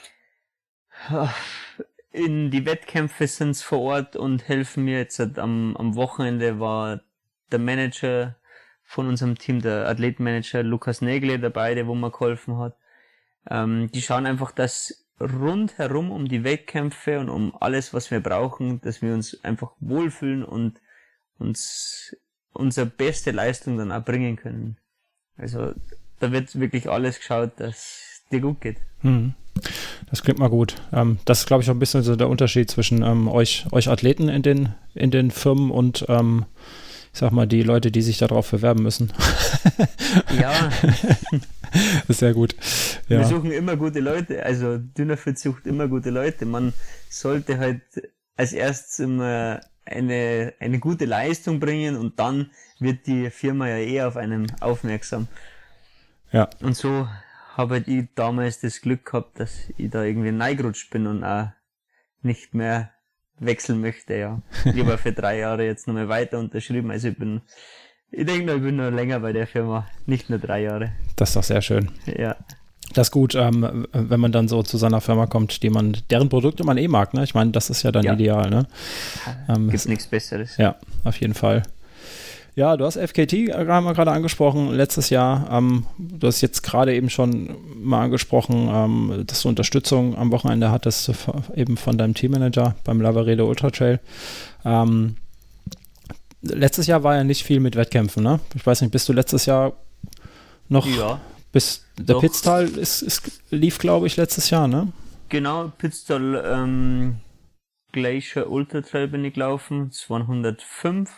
in die Wettkämpfe sind's vor Ort und helfen mir. Jetzt am, am Wochenende war der Manager von unserem Team, der Athletenmanager Lukas Nägle dabei, der wo mir geholfen hat. Ähm, die schauen einfach, dass rundherum um die Wettkämpfe und um alles, was wir brauchen, dass wir uns einfach wohlfühlen und uns unsere beste Leistung dann auch bringen können. Also da wird wirklich alles geschaut, dass es dir gut geht. Hm. Das klingt mal gut. Ähm, das ist, glaube ich, auch ein bisschen so der Unterschied zwischen ähm, euch, euch Athleten in den, in den Firmen und ähm, ich sag mal, die Leute, die sich darauf bewerben müssen. Ja. Das ist sehr gut. Ja. Wir suchen immer gute Leute, also Dynafit sucht immer gute Leute. Man sollte halt als erstes immer eine, eine gute Leistung bringen und dann wird die Firma ja eher auf einen aufmerksam. Ja. Und so habe halt ich damals das Glück gehabt, dass ich da irgendwie reingerutscht bin und auch nicht mehr wechseln möchte, ja. Ich habe für drei Jahre jetzt nochmal weiter unterschrieben, also ich bin Ich denke, ich bin noch länger bei der Firma, nicht nur drei Jahre. Das ist doch sehr schön. Ja. Das ist gut, ähm, wenn man dann so zu seiner Firma kommt, die man, deren Produkte man eh mag, ne? Ich meine, das ist ja dann ja. ideal, ne? Ähm, Gibt nichts Besseres. Ja, auf jeden Fall. Ja, du hast F K T gerade angesprochen, letztes Jahr. Ähm, du hast jetzt gerade eben schon mal angesprochen, ähm, dass du Unterstützung am Wochenende hattest, eben von deinem Teammanager beim Lavaredo Ultra Trail. Ähm, Letztes Jahr war ja nicht viel mit Wettkämpfen, ne? Ich weiß nicht, bist du letztes Jahr noch ja, bis der Pitztal ist, ist, lief, glaube ich, letztes Jahr, ne? Genau, Pitztal ähm, Glacier Ultra Trail bin ich gelaufen, zweihundertfünf.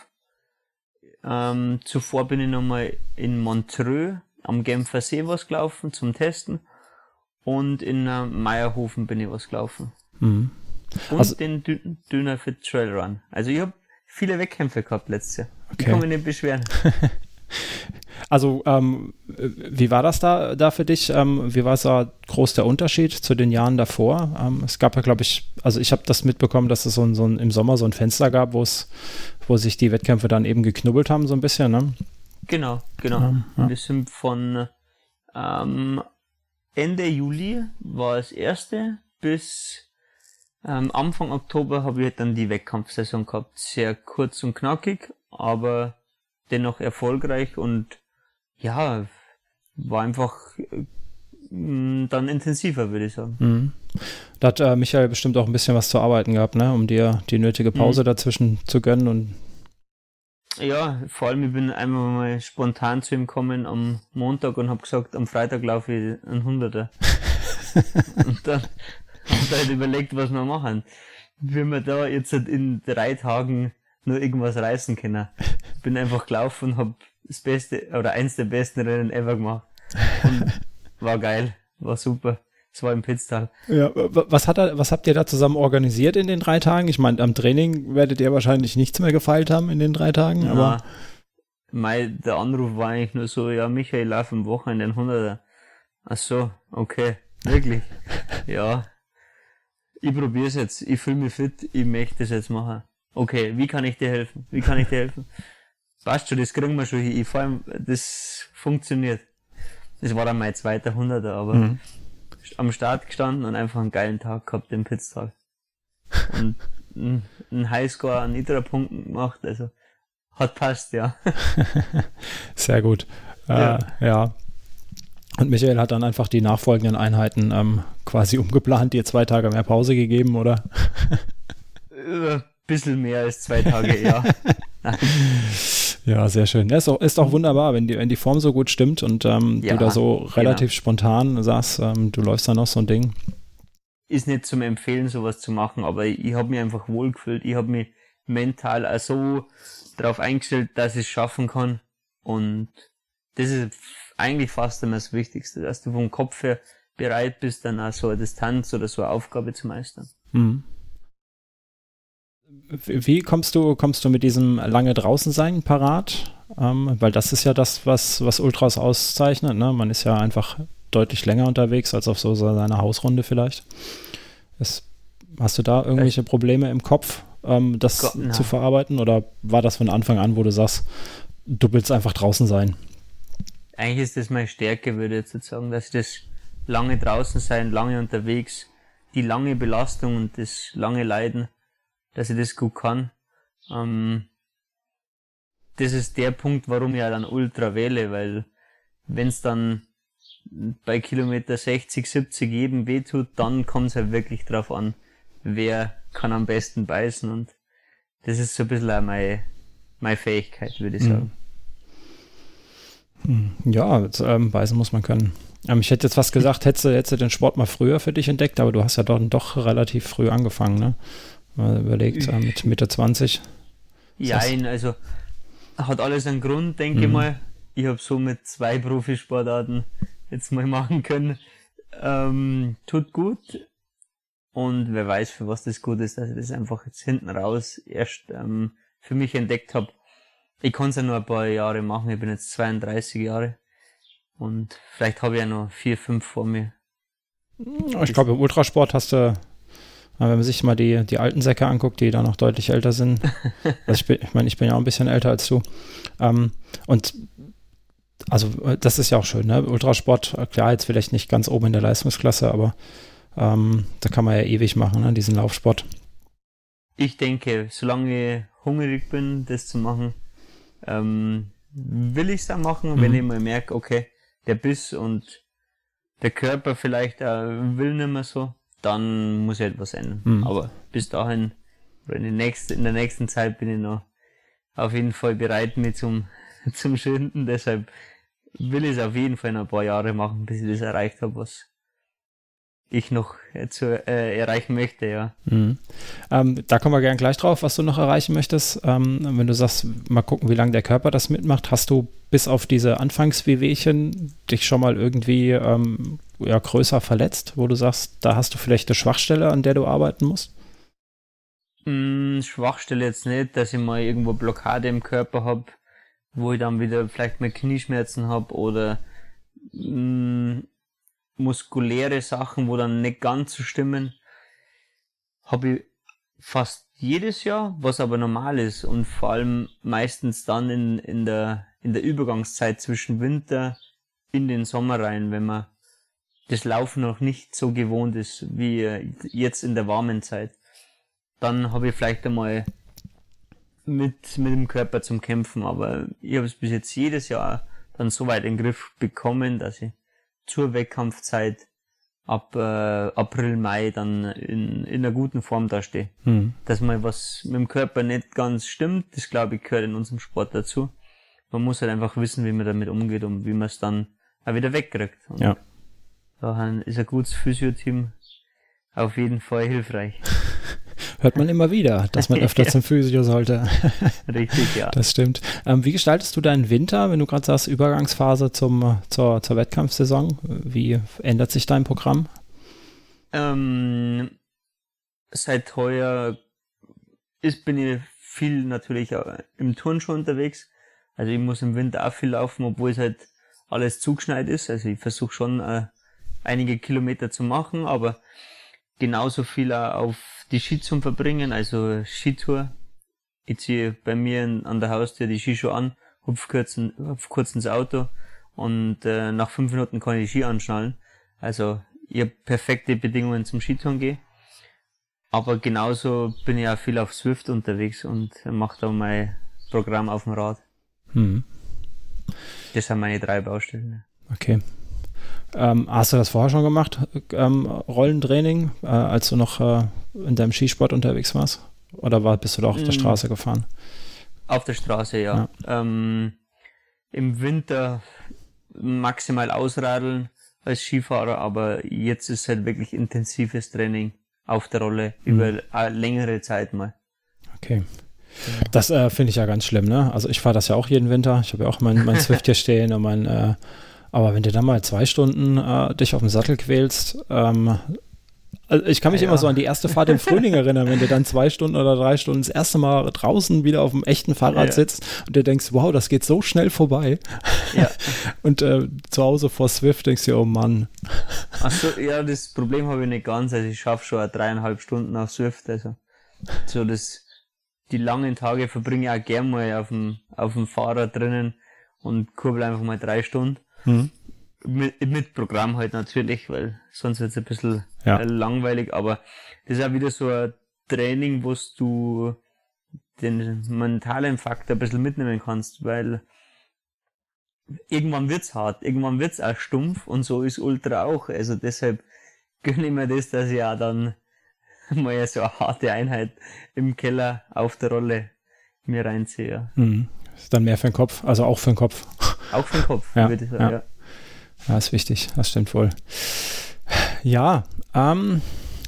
Ähm, zuvor bin ich nochmal in Montreux am Genfer See was gelaufen zum Testen und in äh, Meierhofen bin ich was gelaufen. Mhm. Und also, den Dü- Dynafit Trail Run. Also ich habe viele Wettkämpfe gehabt letztes Jahr. Okay. Ich kann mich nicht beschweren. Also, ähm, wie war das da, da für dich? Ähm, wie war da groß der Unterschied zu den Jahren davor? Ähm, es gab ja, glaube ich, also ich habe das mitbekommen, dass es so, ein, so ein, im Sommer so ein Fenster gab, wo es, wo sich die Wettkämpfe dann eben geknubbelt haben, so ein bisschen, ne? Genau, genau. Ja, ja. Wir sind von ähm, Ende Juli war das erste bis Ähm, Anfang Oktober habe ich dann die Wettkampfsaison gehabt. Sehr kurz und knackig, aber dennoch erfolgreich und ja, war einfach äh, dann intensiver, würde ich sagen. Mhm. Da hat äh, Michael bestimmt auch ein bisschen was zu arbeiten gehabt, ne, um dir die nötige Pause mhm. dazwischen zu gönnen. Und ja, vor allem ich bin einmal mal spontan zu ihm gekommen am Montag und habe gesagt, am Freitag laufe ich einen Hunderter. Und dann haben wir halt überlegt, was wir machen. Wie wir da jetzt in drei Tagen nur irgendwas reißen können. Ich bin einfach gelaufen und hab das beste oder eins der besten Rennen ever gemacht. Und war geil, war super. Es war im Pitztal. Ja, was hat er, was habt ihr da zusammen organisiert in den drei Tagen? Ich meine, am Training werdet ihr wahrscheinlich nichts mehr gefeilt haben in den drei Tagen, aber. Na, mein, der Anruf war eigentlich nur so, ja, Michael, ich laufe am Wochenende einen Hunderter. Ach so, okay, wirklich. Ja. Ich probiere es jetzt, ich fühle mich fit, ich möchte es jetzt machen. Okay, wie kann ich dir helfen? Wie kann ich dir helfen? Passt schon, das kriegen wir schon hin. Ich, vor allem, das funktioniert. Das war dann mein zweiter Hunderter, aber mhm. am Start gestanden und einfach einen geilen Tag gehabt im Pitztal. Und einen Highscore an Nitra-Punkten gemacht, also hat passt, ja. Sehr gut. Ja. Äh, ja. Und Michael hat dann einfach die nachfolgenden Einheiten ähm, quasi umgeplant, dir zwei Tage mehr Pause gegeben, oder? Ein bisschen mehr als zwei Tage, ja. Ja, sehr schön. Ja, ist auch, ist auch wunderbar, wenn die, wenn die Form so gut stimmt und ähm, ja, du da so relativ genau. spontan sagst, ähm, du läufst da noch so ein Ding. Ist nicht zum Empfehlen, sowas zu machen, aber ich habe mich einfach wohlgefühlt. Ich habe mich mental auch so darauf eingestellt, dass ich es schaffen kann. Und das ist eigentlich fast immer das Wichtigste, dass du vom Kopf her bereit bist, dann auch so eine Distanz oder so eine Aufgabe zu meistern. Mhm. Wie kommst du, kommst du mit diesem lange draußen sein parat? Ähm, weil das ist ja das, was, was Ultras auszeichnet, ne? Man ist ja einfach deutlich länger unterwegs als auf so seiner Hausrunde vielleicht. Es, hast du da irgendwelche Probleme im Kopf, ähm, das Gott, zu verarbeiten? Oder war das von Anfang an, wo du sagst, du willst einfach draußen sein? Eigentlich ist das meine Stärke, würde ich jetzt sagen, dass ich das lange draußen sein, lange unterwegs, die lange Belastung und das lange Leiden, dass ich das gut kann. Ähm, das ist der Punkt, warum ich ja dann Ultra wähle, weil wenn es dann bei Kilometer sechzig, siebzig jedem wehtut, dann kommt es halt wirklich drauf an, wer kann am besten beißen, und das ist so ein bisschen auch meine, meine Fähigkeit, würde ich sagen. Ja, jetzt, ähm, beißen muss man können. Ähm, ich hätte jetzt fast gesagt, hättest du, hättest du den Sport mal früher für dich entdeckt, aber du hast ja doch, doch relativ früh angefangen, ne? Mal überlegt, äh, mit Mitte zwanzig. Ja, also hat alles einen Grund, denke mhm. ich mal. Ich habe so mit zwei Profisportarten jetzt mal machen können. Ähm, tut gut. Und wer weiß, für was das gut ist, dass ich das einfach jetzt hinten raus erst ähm, für mich entdeckt habe. Ich kann es ja nur ein paar Jahre machen. Ich bin jetzt zweiunddreißig Jahre. Und vielleicht habe ich ja noch vier, fünf vor mir. Ich glaube, im Ultrasport hast du, wenn man sich mal die, die alten Säcke anguckt, die da noch deutlich älter sind. Also ich, bin, ich meine, ich bin ja auch ein bisschen älter als du. Ähm, und also das ist ja auch schön, ne? Ultrasport, klar, jetzt vielleicht nicht ganz oben in der Leistungsklasse, aber ähm, da kann man ja ewig machen, ne? Diesen Laufsport. Ich denke, solange ich hungrig bin, das zu machen, ähm, will ich es dann machen, mhm. wenn ich mal merke, okay, der Biss und der Körper vielleicht äh, will nicht mehr so, dann muss ich etwas ändern. Mhm. Aber bis dahin, oder in, die nächste, in der nächsten Zeit bin ich noch auf jeden Fall bereit, mich zum, zum Schinden. Deshalb will ich es auf jeden Fall noch ein paar Jahre machen, bis ich das erreicht habe, was ich noch zu, äh, erreichen möchte, ja. Mhm. Ähm, da kommen wir gerne gleich drauf, was du noch erreichen möchtest. Ähm, wenn du sagst, mal gucken, wie lange der Körper das mitmacht, hast du bis auf diese Anfangs-Wehwehchen dich schon mal irgendwie ähm, ja, größer verletzt, wo du sagst, da hast du vielleicht eine Schwachstelle, an der du arbeiten musst? Mm, Schwachstelle jetzt nicht, dass ich mal irgendwo Blockade im Körper habe, wo ich dann wieder vielleicht mal Knieschmerzen habe oder mm, muskuläre Sachen, wo dann nicht ganz so stimmen, habe ich fast jedes Jahr, was aber normal ist und vor allem meistens dann in, in der in der Übergangszeit zwischen Winter in den Sommer rein, wenn man das Laufen noch nicht so gewohnt ist wie jetzt in der warmen Zeit. Dann habe ich vielleicht einmal mit mit dem Körper zum Kämpfen, aber ich habe es bis jetzt jedes Jahr dann so weit in den Griff bekommen, dass ich zur Wettkampfzeit ab äh, April, Mai dann in, in einer guten Form dastehe. Hm. Dass mal was mit dem Körper nicht ganz stimmt, das glaube ich gehört in unserem Sport dazu. Man muss halt einfach wissen, wie man damit umgeht und wie man es dann auch wieder wegkriegt. Und ja. daher ist ein gutes Physio-Team auf jeden Fall hilfreich. Hört man immer wieder, dass man öfter ja. zum Physio sollte. Richtig, ja. Das stimmt. Ähm, wie gestaltest du deinen Winter, wenn du gerade sagst, Übergangsphase zum, zur, zur Wettkampfsaison? Wie ändert sich dein Programm? Ähm, seit heuer ist, bin ich viel natürlich im Turnschuh unterwegs. Also ich muss im Winter auch viel laufen, obwohl es halt alles zugeschneit ist. Also ich versuche schon äh, einige Kilometer zu machen, aber genauso viel auch auf die Ski zum Verbringen, also Skitour ich ziehe bei mir in, an der Haustür die Skischuhe an, hupf kurz, hupf kurz ins Auto und äh, nach fünf Minuten kann ich die Ski anschnallen. Also ich habe perfekte Bedingungen zum Skitouren gehen. Aber genauso bin ich auch viel auf Zwift unterwegs und mache da mein Programm auf dem Rad. Hm. Das sind meine drei Baustellen. Okay. Ähm, hast du das vorher schon gemacht, ähm, Rollentraining, äh, als du noch äh, in deinem Skisport unterwegs warst? Oder war, bist du da auf der Straße gefahren? Auf der Straße, ja. ja. Ähm, im Winter maximal ausradeln als Skifahrer, aber jetzt ist halt wirklich intensives Training auf der Rolle mhm. über eine längere Zeit mal. Okay. Das äh, finde ich ja ganz schlimm, ne? Also ich fahre das ja auch jeden Winter. Ich habe ja auch mein, mein Zwift hier stehen und mein, äh, aber wenn du dann mal zwei Stunden äh, dich auf den Sattel quälst, ähm, also ich kann mich ja, immer ja. so an die erste Fahrt im Frühling erinnern, wenn du dann zwei Stunden oder drei Stunden das erste Mal draußen wieder auf dem echten Fahrrad ja. sitzt und du denkst, wow, das geht so schnell vorbei. Ja. Und äh, zu Hause vor Zwift denkst du, oh Mann. Achso, ja, das Problem habe ich nicht ganz. Also ich schaffe schon dreieinhalb Stunden auf Zwift. Also so das, die langen Tage verbringe ich auch gern mal auf dem, auf dem Fahrrad drinnen und kurbel einfach mal drei Stunden. Mhm. Mit, mit Programm halt natürlich, weil sonst wird es ein bisschen ja. langweilig, aber das ist auch wieder so ein Training, wo du den mentalen Faktor ein bisschen mitnehmen kannst, weil irgendwann wird's hart, irgendwann wird's auch stumpf und so ist Ultra auch, also deshalb gönne ich mir das, dass ich auch dann mal so eine harte Einheit im Keller auf der Rolle mir reinziehe. Ja. Mhm. Ist dann mehr für den Kopf, also auch für den Kopf. Auch für den Kopf, ja. würde ich sagen, ja. ja. Ja, ist wichtig, das stimmt wohl. Ja, ähm,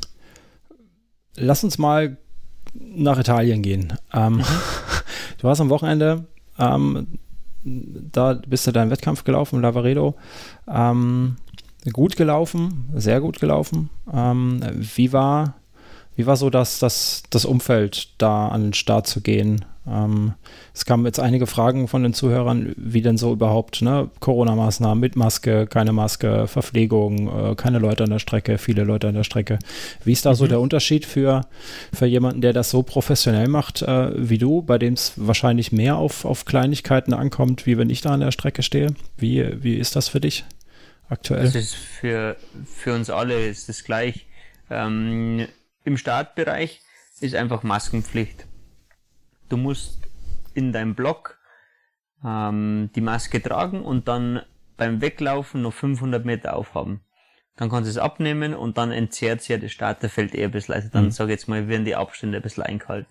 lass uns mal nach Italien gehen. Ähm, mhm. Du warst am Wochenende, ähm, da bist du deinen Wettkampf gelaufen, Lavaredo. Ähm, gut gelaufen, sehr gut gelaufen. Ähm, wie war, wie war so das, das, das Umfeld, da an den Start zu gehen? Ähm, es kamen jetzt einige Fragen von den Zuhörern, wie denn so überhaupt, ne, Corona-Maßnahmen mit Maske, keine Maske, Verpflegung, äh, keine Leute an der Strecke, viele Leute an der Strecke. Wie ist da mhm. so der Unterschied für, für jemanden, der das so professionell macht äh, wie du, bei dem es wahrscheinlich mehr auf, auf Kleinigkeiten ankommt, wie wenn ich da an der Strecke stehe? Wie, wie ist das für dich aktuell? Das ist für, für uns alle ist das gleich. Ähm, im Startbereich ist einfach Maskenpflicht. Du musst in deinem Block ähm, die Maske tragen und dann beim Weglaufen noch fünfhundert Meter aufhaben. Dann kannst du es abnehmen und dann entzerrt sich ja das Starterfeld eher ein bisschen. Also dann, mhm. sage ich jetzt mal, werden die Abstände ein bisschen eingehalten.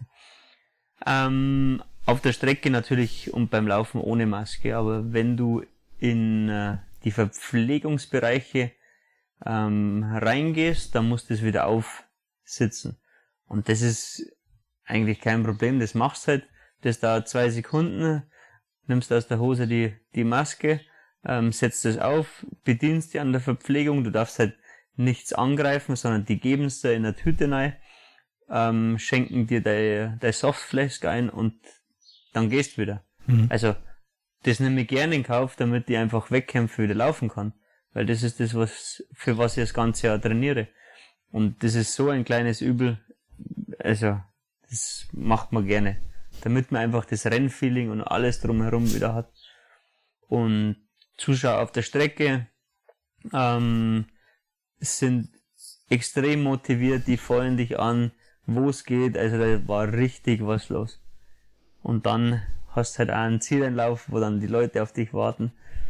Ähm, auf der Strecke natürlich und beim Laufen ohne Maske, aber wenn du in äh, die Verpflegungsbereiche ähm, reingehst, dann musst du es wieder aufsitzen. Und das ist eigentlich kein Problem, das machst halt, das dauert zwei Sekunden, nimmst aus der Hose die, die Maske, ähm, setzt es auf, bedienst dich an der Verpflegung, du darfst halt nichts angreifen, sondern die geben es dir in der Tüte rein, ähm, schenken dir dein, dein Softflask ein und dann gehst du wieder. Mhm. Also, das nehme ich gerne in Kauf, damit ich einfach wegkämpfe, wieder laufen kann. Weil das ist das, was, für was ich das ganze Jahr trainiere. Und das ist so ein kleines Übel, also, das macht man gerne, damit man einfach das Rennfeeling und alles drumherum wieder hat. Und Zuschauer auf der Strecke ähm, sind extrem motiviert, die feuern dich an, wo es geht. Also da war richtig was los. Und dann hast du halt auch einen Zieleinlauf, wo dann die Leute auf dich warten.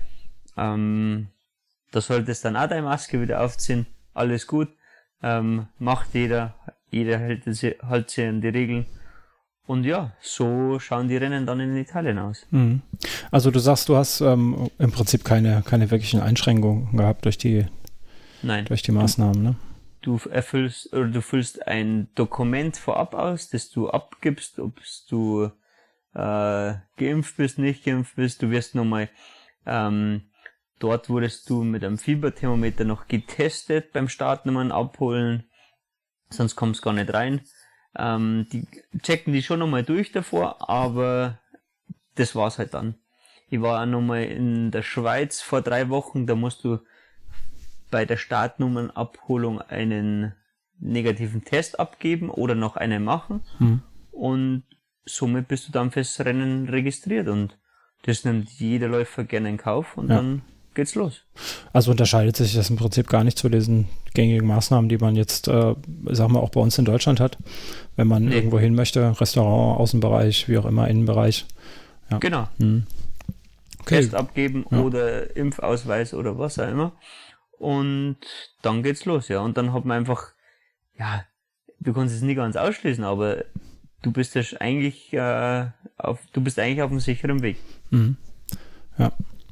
Ähm, da solltest dann auch deine Maske wieder aufziehen. Alles gut. Ähm, macht jeder. Jeder hält sich, hält sich an die Regeln. Und ja, so schauen die Rennen dann in Italien aus. Mhm. Also du sagst, du hast ähm, im Prinzip keine, keine wirklichen Einschränkungen gehabt durch die, Nein. durch die Maßnahmen, ne? Du erfüllst oder du füllst ein Dokument vorab aus, das du abgibst, ob du äh, geimpft bist, nicht geimpft bist. Du wirst nochmal ähm, dort wurdest du mit einem Fieberthermometer noch getestet beim Startnummern abholen. Sonst kommst du gar nicht rein. Ähm, die checken die schon nochmal durch davor, aber das war's halt dann. Ich war auch nochmal in der Schweiz vor drei Wochen, da musst du bei der Startnummernabholung einen negativen Test abgeben oder noch einen machen. Hm. Und somit bist du dann fürs Rennen registriert und das nimmt jeder Läufer gerne in Kauf und ja. dann geht's los. Also unterscheidet sich das im Prinzip gar nicht zu diesen gängigen Maßnahmen, die man jetzt, äh, sagen wir, auch bei uns in Deutschland hat, wenn man nee. irgendwo hin möchte, Restaurant, Außenbereich, wie auch immer, Innenbereich. Ja. Genau. Hm. Okay. Test abgeben ja. oder Impfausweis oder was auch immer. Und dann geht's los, ja. Und dann hat man einfach, ja, du kannst es nie ganz ausschließen, aber du bist ja eigentlich äh, auf, du bist eigentlich auf einem sicheren Weg. Mhm. Ja.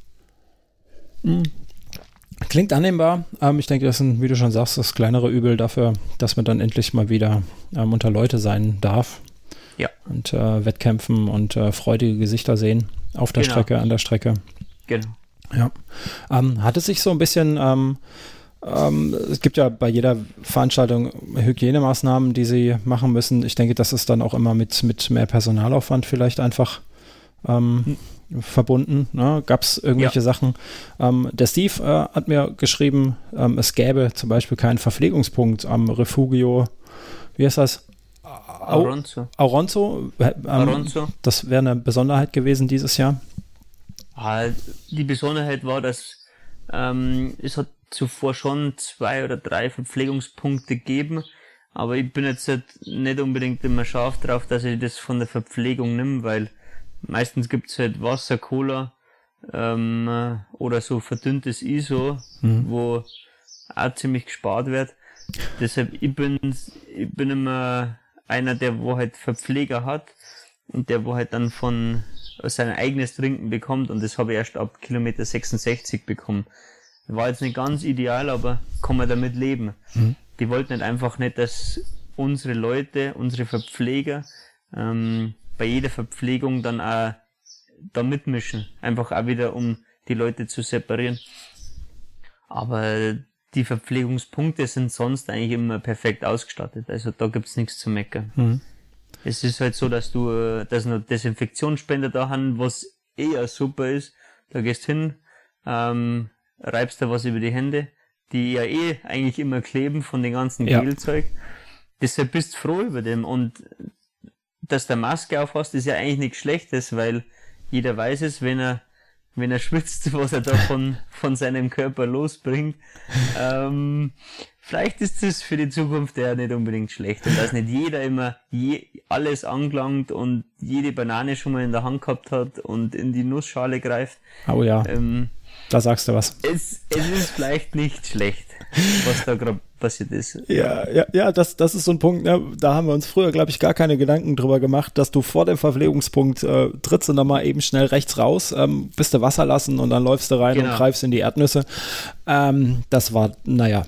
Mhm. Klingt annehmbar. Ähm, ich denke, das ist, wie du schon sagst, das kleinere Übel dafür, dass man dann endlich mal wieder ähm, unter Leute sein darf. Ja. Und äh, Wettkämpfen und äh, freudige Gesichter sehen auf der genau. Strecke, an der Strecke. Genau. Ja. Ähm, hat es sich so ein bisschen, ähm, ähm, es gibt ja bei jeder Veranstaltung Hygienemaßnahmen, die sie machen müssen. Ich denke, das ist dann auch immer mit, mit mehr Personalaufwand vielleicht einfach ähm, hm. verbunden. Ne? Gab es irgendwelche ja. Sachen? Ähm, der Steve äh, hat mir geschrieben, ähm, es gäbe zum Beispiel keinen Verpflegungspunkt am Refugio, wie heißt das? Auronzo. Auronzo. Ähm, Auronzo. Das wäre eine Besonderheit gewesen dieses Jahr. Die Besonderheit war, dass ähm, es hat zuvor schon zwei oder drei Verpflegungspunkte gegeben, aber ich bin jetzt halt nicht unbedingt immer scharf drauf, dass ich das von der Verpflegung nehme, weil meistens gibt's halt Wasser, Cola ähm, oder so verdünntes I S O, mhm. wo auch ziemlich gespart wird. Deshalb, ich bin, ich bin immer einer, der wo halt Verpfleger hat und der wo halt dann von sein eigenes Trinken bekommt und das habe ich erst ab Kilometer sechsundsechzig bekommen. War jetzt nicht ganz ideal, aber kann man damit leben. Mhm. Die wollten halt einfach nicht, dass unsere Leute, unsere Verpfleger ähm, bei jeder Verpflegung dann auch da mitmischen. Einfach auch wieder, um die Leute zu separieren. Aber die Verpflegungspunkte sind sonst eigentlich immer perfekt ausgestattet. Also da gibt's nichts zu meckern. Mhm. Es ist halt so, dass du, dass noch Desinfektionsspender da haben, was eher super ist. Da gehst hin, ähm, reibst da was über die Hände, die ja eh eigentlich immer kleben von dem ganzen ja. Gelzeug. Deshalb bist du froh über dem. Und dass du Maske aufhast, ist ja eigentlich nichts Schlechtes, weil jeder weiß es, wenn er wenn er schwitzt, was er da von, von seinem Körper losbringt. Ähm, vielleicht ist das für die Zukunft ja nicht unbedingt schlecht und dass nicht jeder immer je, alles angelangt und jede Banane schon mal in der Hand gehabt hat und in die Nussschale greift. Oh ja, ähm, da sagst du was. Es, es ist vielleicht nicht schlecht, was da gerade passiert ist. Ja, ja, ja, das, das ist so ein Punkt, ne? Da haben wir uns früher, glaube ich, gar keine Gedanken drüber gemacht, dass du vor dem Verpflegungspunkt äh, trittst und dann mal eben schnell rechts raus, ähm, bist du Wasser lassen und dann läufst du rein genau. und greifst in die Erdnüsse. Ähm, das war, naja.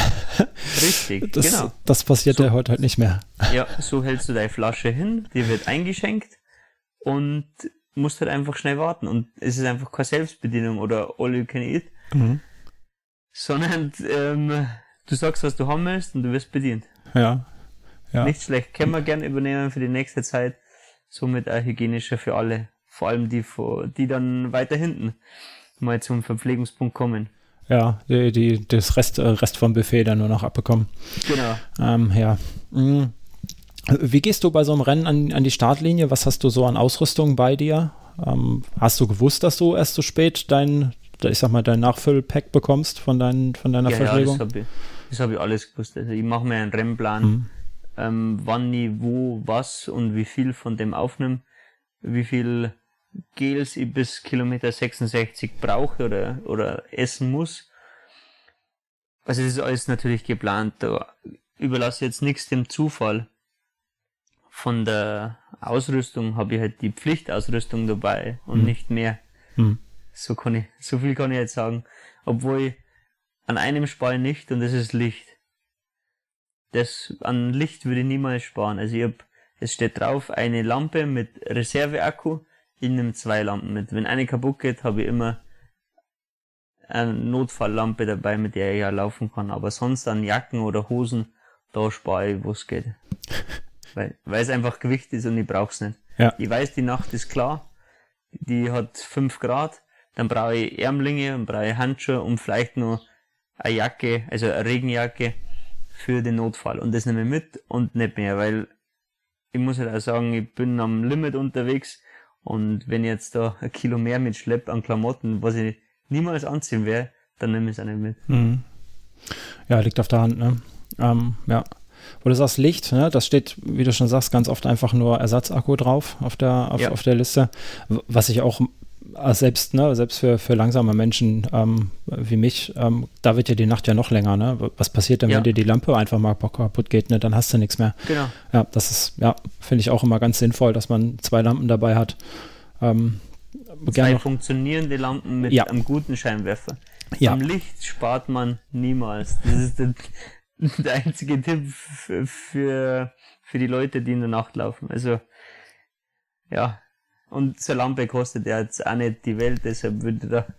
Richtig, das, genau. Das passiert so, ja heute halt nicht mehr. Ja, so hältst du deine Flasche hin, die wird eingeschenkt und musst halt einfach schnell warten. Und es ist einfach keine Selbstbedienung oder all you can eat, mhm. sondern ähm, du sagst, was du haben willst und du wirst bedient. Ja. ja. Nicht schlecht. Können wir gerne übernehmen für die nächste Zeit. Somit auch hygienischer für alle. Vor allem die, die dann weiter hinten mal zum Verpflegungspunkt kommen. Ja, die, die das Rest, Rest vom Buffet dann nur noch abbekommen. Genau. Ähm, ja. Mhm. Wie gehst du bei so einem Rennen an, an die Startlinie? Was hast du so an Ausrüstung bei dir? Ähm, hast du gewusst, dass du erst so spät dein, ich sag mal, dein Nachfüllpack bekommst von, dein, von deiner ja, Verpflegung? Ja, das habe ich, das hab ich alles gewusst. Also ich mache mir einen Rennplan, mhm. ähm, wann ich wo, was und wie viel von dem aufnehme, wie viel Gels ich bis Kilometer sechsundsechzig brauche oder, oder essen muss. Also das ist alles natürlich geplant. Da überlasse ich jetzt nichts dem Zufall. Von der Ausrüstung habe ich halt die Pflichtausrüstung dabei und hm. nicht mehr. Hm. So kann ich, so viel kann ich jetzt sagen. Obwohl ich an einem spare ich nicht und das ist Licht. Das, an Licht würde ich niemals sparen. Also ich hab, es steht drauf, eine Lampe mit Reserveakku, ich nehme zwei Lampen mit. Wenn eine kaputt geht, habe ich immer eine Notfalllampe dabei, mit der ich ja laufen kann. Aber sonst an Jacken oder Hosen, da spare ich, wo es geht. Weil, weil es einfach Gewicht ist und ich brauch's nicht. Ja. Ich weiß, die Nacht ist klar, die hat fünf Grad, dann brauche ich Ärmlinge und brauche ich Handschuhe und vielleicht noch eine Jacke, also eine Regenjacke für den Notfall. Und das nehme ich mit und nicht mehr, weil ich muss halt auch sagen, ich bin am Limit unterwegs und wenn ich jetzt da ein Kilo mehr mitschleppe an Klamotten, was ich niemals anziehen werde, dann nehme ich es auch nicht mit. Mhm. Ja, liegt auf der Hand, ne? Ähm, ja. Wo du sagst Licht, ne? Das steht, wie du schon sagst, ganz oft einfach nur Ersatzakku drauf auf der, auf, Ja. auf der Liste. Was ich auch äh, selbst, ne, selbst für, für langsame Menschen ähm, wie mich, ähm, da wird ja die Nacht ja noch länger, ne? Was passiert denn, Ja. wenn dir die Lampe einfach mal kaputt geht, ne? Dann hast du nichts mehr. Genau. Ja, das ist, ja, finde ich auch immer ganz sinnvoll, dass man zwei Lampen dabei hat. Ähm, Zwei gerne noch, funktionierende Lampen mit Ja. einem guten Scheinwerfer. Ja. Am Licht spart man niemals. Das ist der, der einzige Tipp für, für, für die Leute, die in der Nacht laufen. Also, ja. Und so eine Lampe kostet ja jetzt auch nicht die Welt, deshalb würde ich da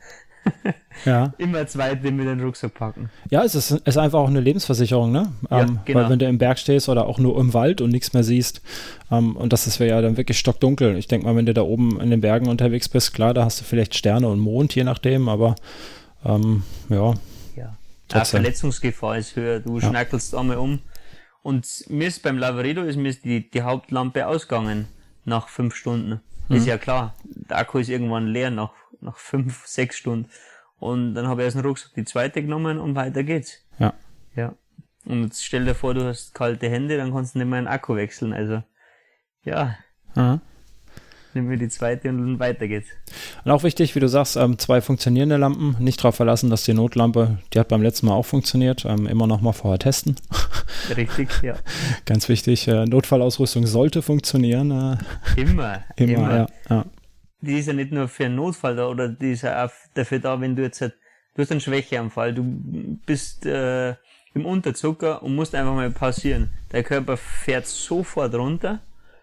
ja. immer zweite mit in den Rucksack packen. Ja, es ist, es ist einfach auch eine Lebensversicherung, ne? Ja, ähm, genau. Weil wenn du im Berg stehst oder auch nur im Wald und nichts mehr siehst, ähm, und das ist ja dann wirklich stockdunkel. Ich denke mal, wenn du da oben in den Bergen unterwegs bist, klar, da hast du vielleicht Sterne und Mond, je nachdem, aber ähm, ja. Ja. Trotzdem. Auch Verletzungsgefahr ist höher. Du Ja. schnackelst einmal um. Und mir ist beim Lavaredo ist mir ist die, die Hauptlampe ausgegangen nach fünf Stunden. Ist ja klar. Der Akku ist irgendwann leer nach, nach fünf, sechs Stunden. Und dann habe ich aus dem Rucksack die zweite genommen und weiter geht's. Ja. Ja. Und jetzt stell dir vor, du hast kalte Hände, dann kannst du nicht mehr den Akku wechseln. Also, ja, Aha. nimm mir die zweite und weiter geht's. Und auch wichtig, wie du sagst, ähm, zwei funktionierende Lampen. Nicht darauf verlassen, dass die Notlampe, die hat beim letzten Mal auch funktioniert, ähm, immer noch mal vorher testen. Richtig, ja. Ganz wichtig, äh, Notfallausrüstung sollte funktionieren. Äh, Immer, immer, immer. Ja, ja. Die ist ja nicht nur für einen Notfall da, oder die ist ja auch dafür da, wenn du jetzt halt, du hast einen Schwächeanfall, du bist äh, im Unterzucker und musst einfach mal pausieren. Der Körper fährt sofort runter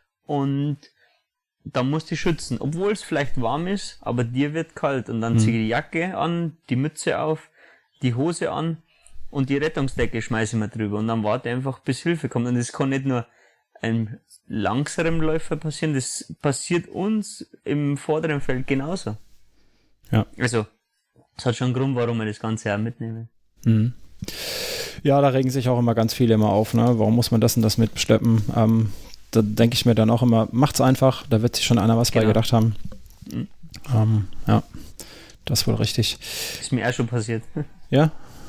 und dann musst du dich schützen, obwohl es vielleicht warm ist, aber dir wird kalt und dann Mhm. zieh die Jacke an, die Mütze auf, die Hose an und die Rettungsdecke schmeiße ich mir drüber und dann warte einfach, bis Hilfe kommt. Und das kann nicht nur einem langsamen Läufer passieren, das passiert uns im vorderen Feld genauso. Ja. Also, das hat schon einen Grund, warum wir das Ganze auch mitnehmen. Mhm. Ja, da regen sich auch immer ganz viele immer auf, ne? Warum muss man das und das mitschleppen? Ähm, da denke ich mir dann auch immer, macht's einfach, da wird sich schon einer was bei Genau. gedacht haben. Mhm. Ähm, ja, das ist wohl richtig. Ist mir auch schon passiert. Ja?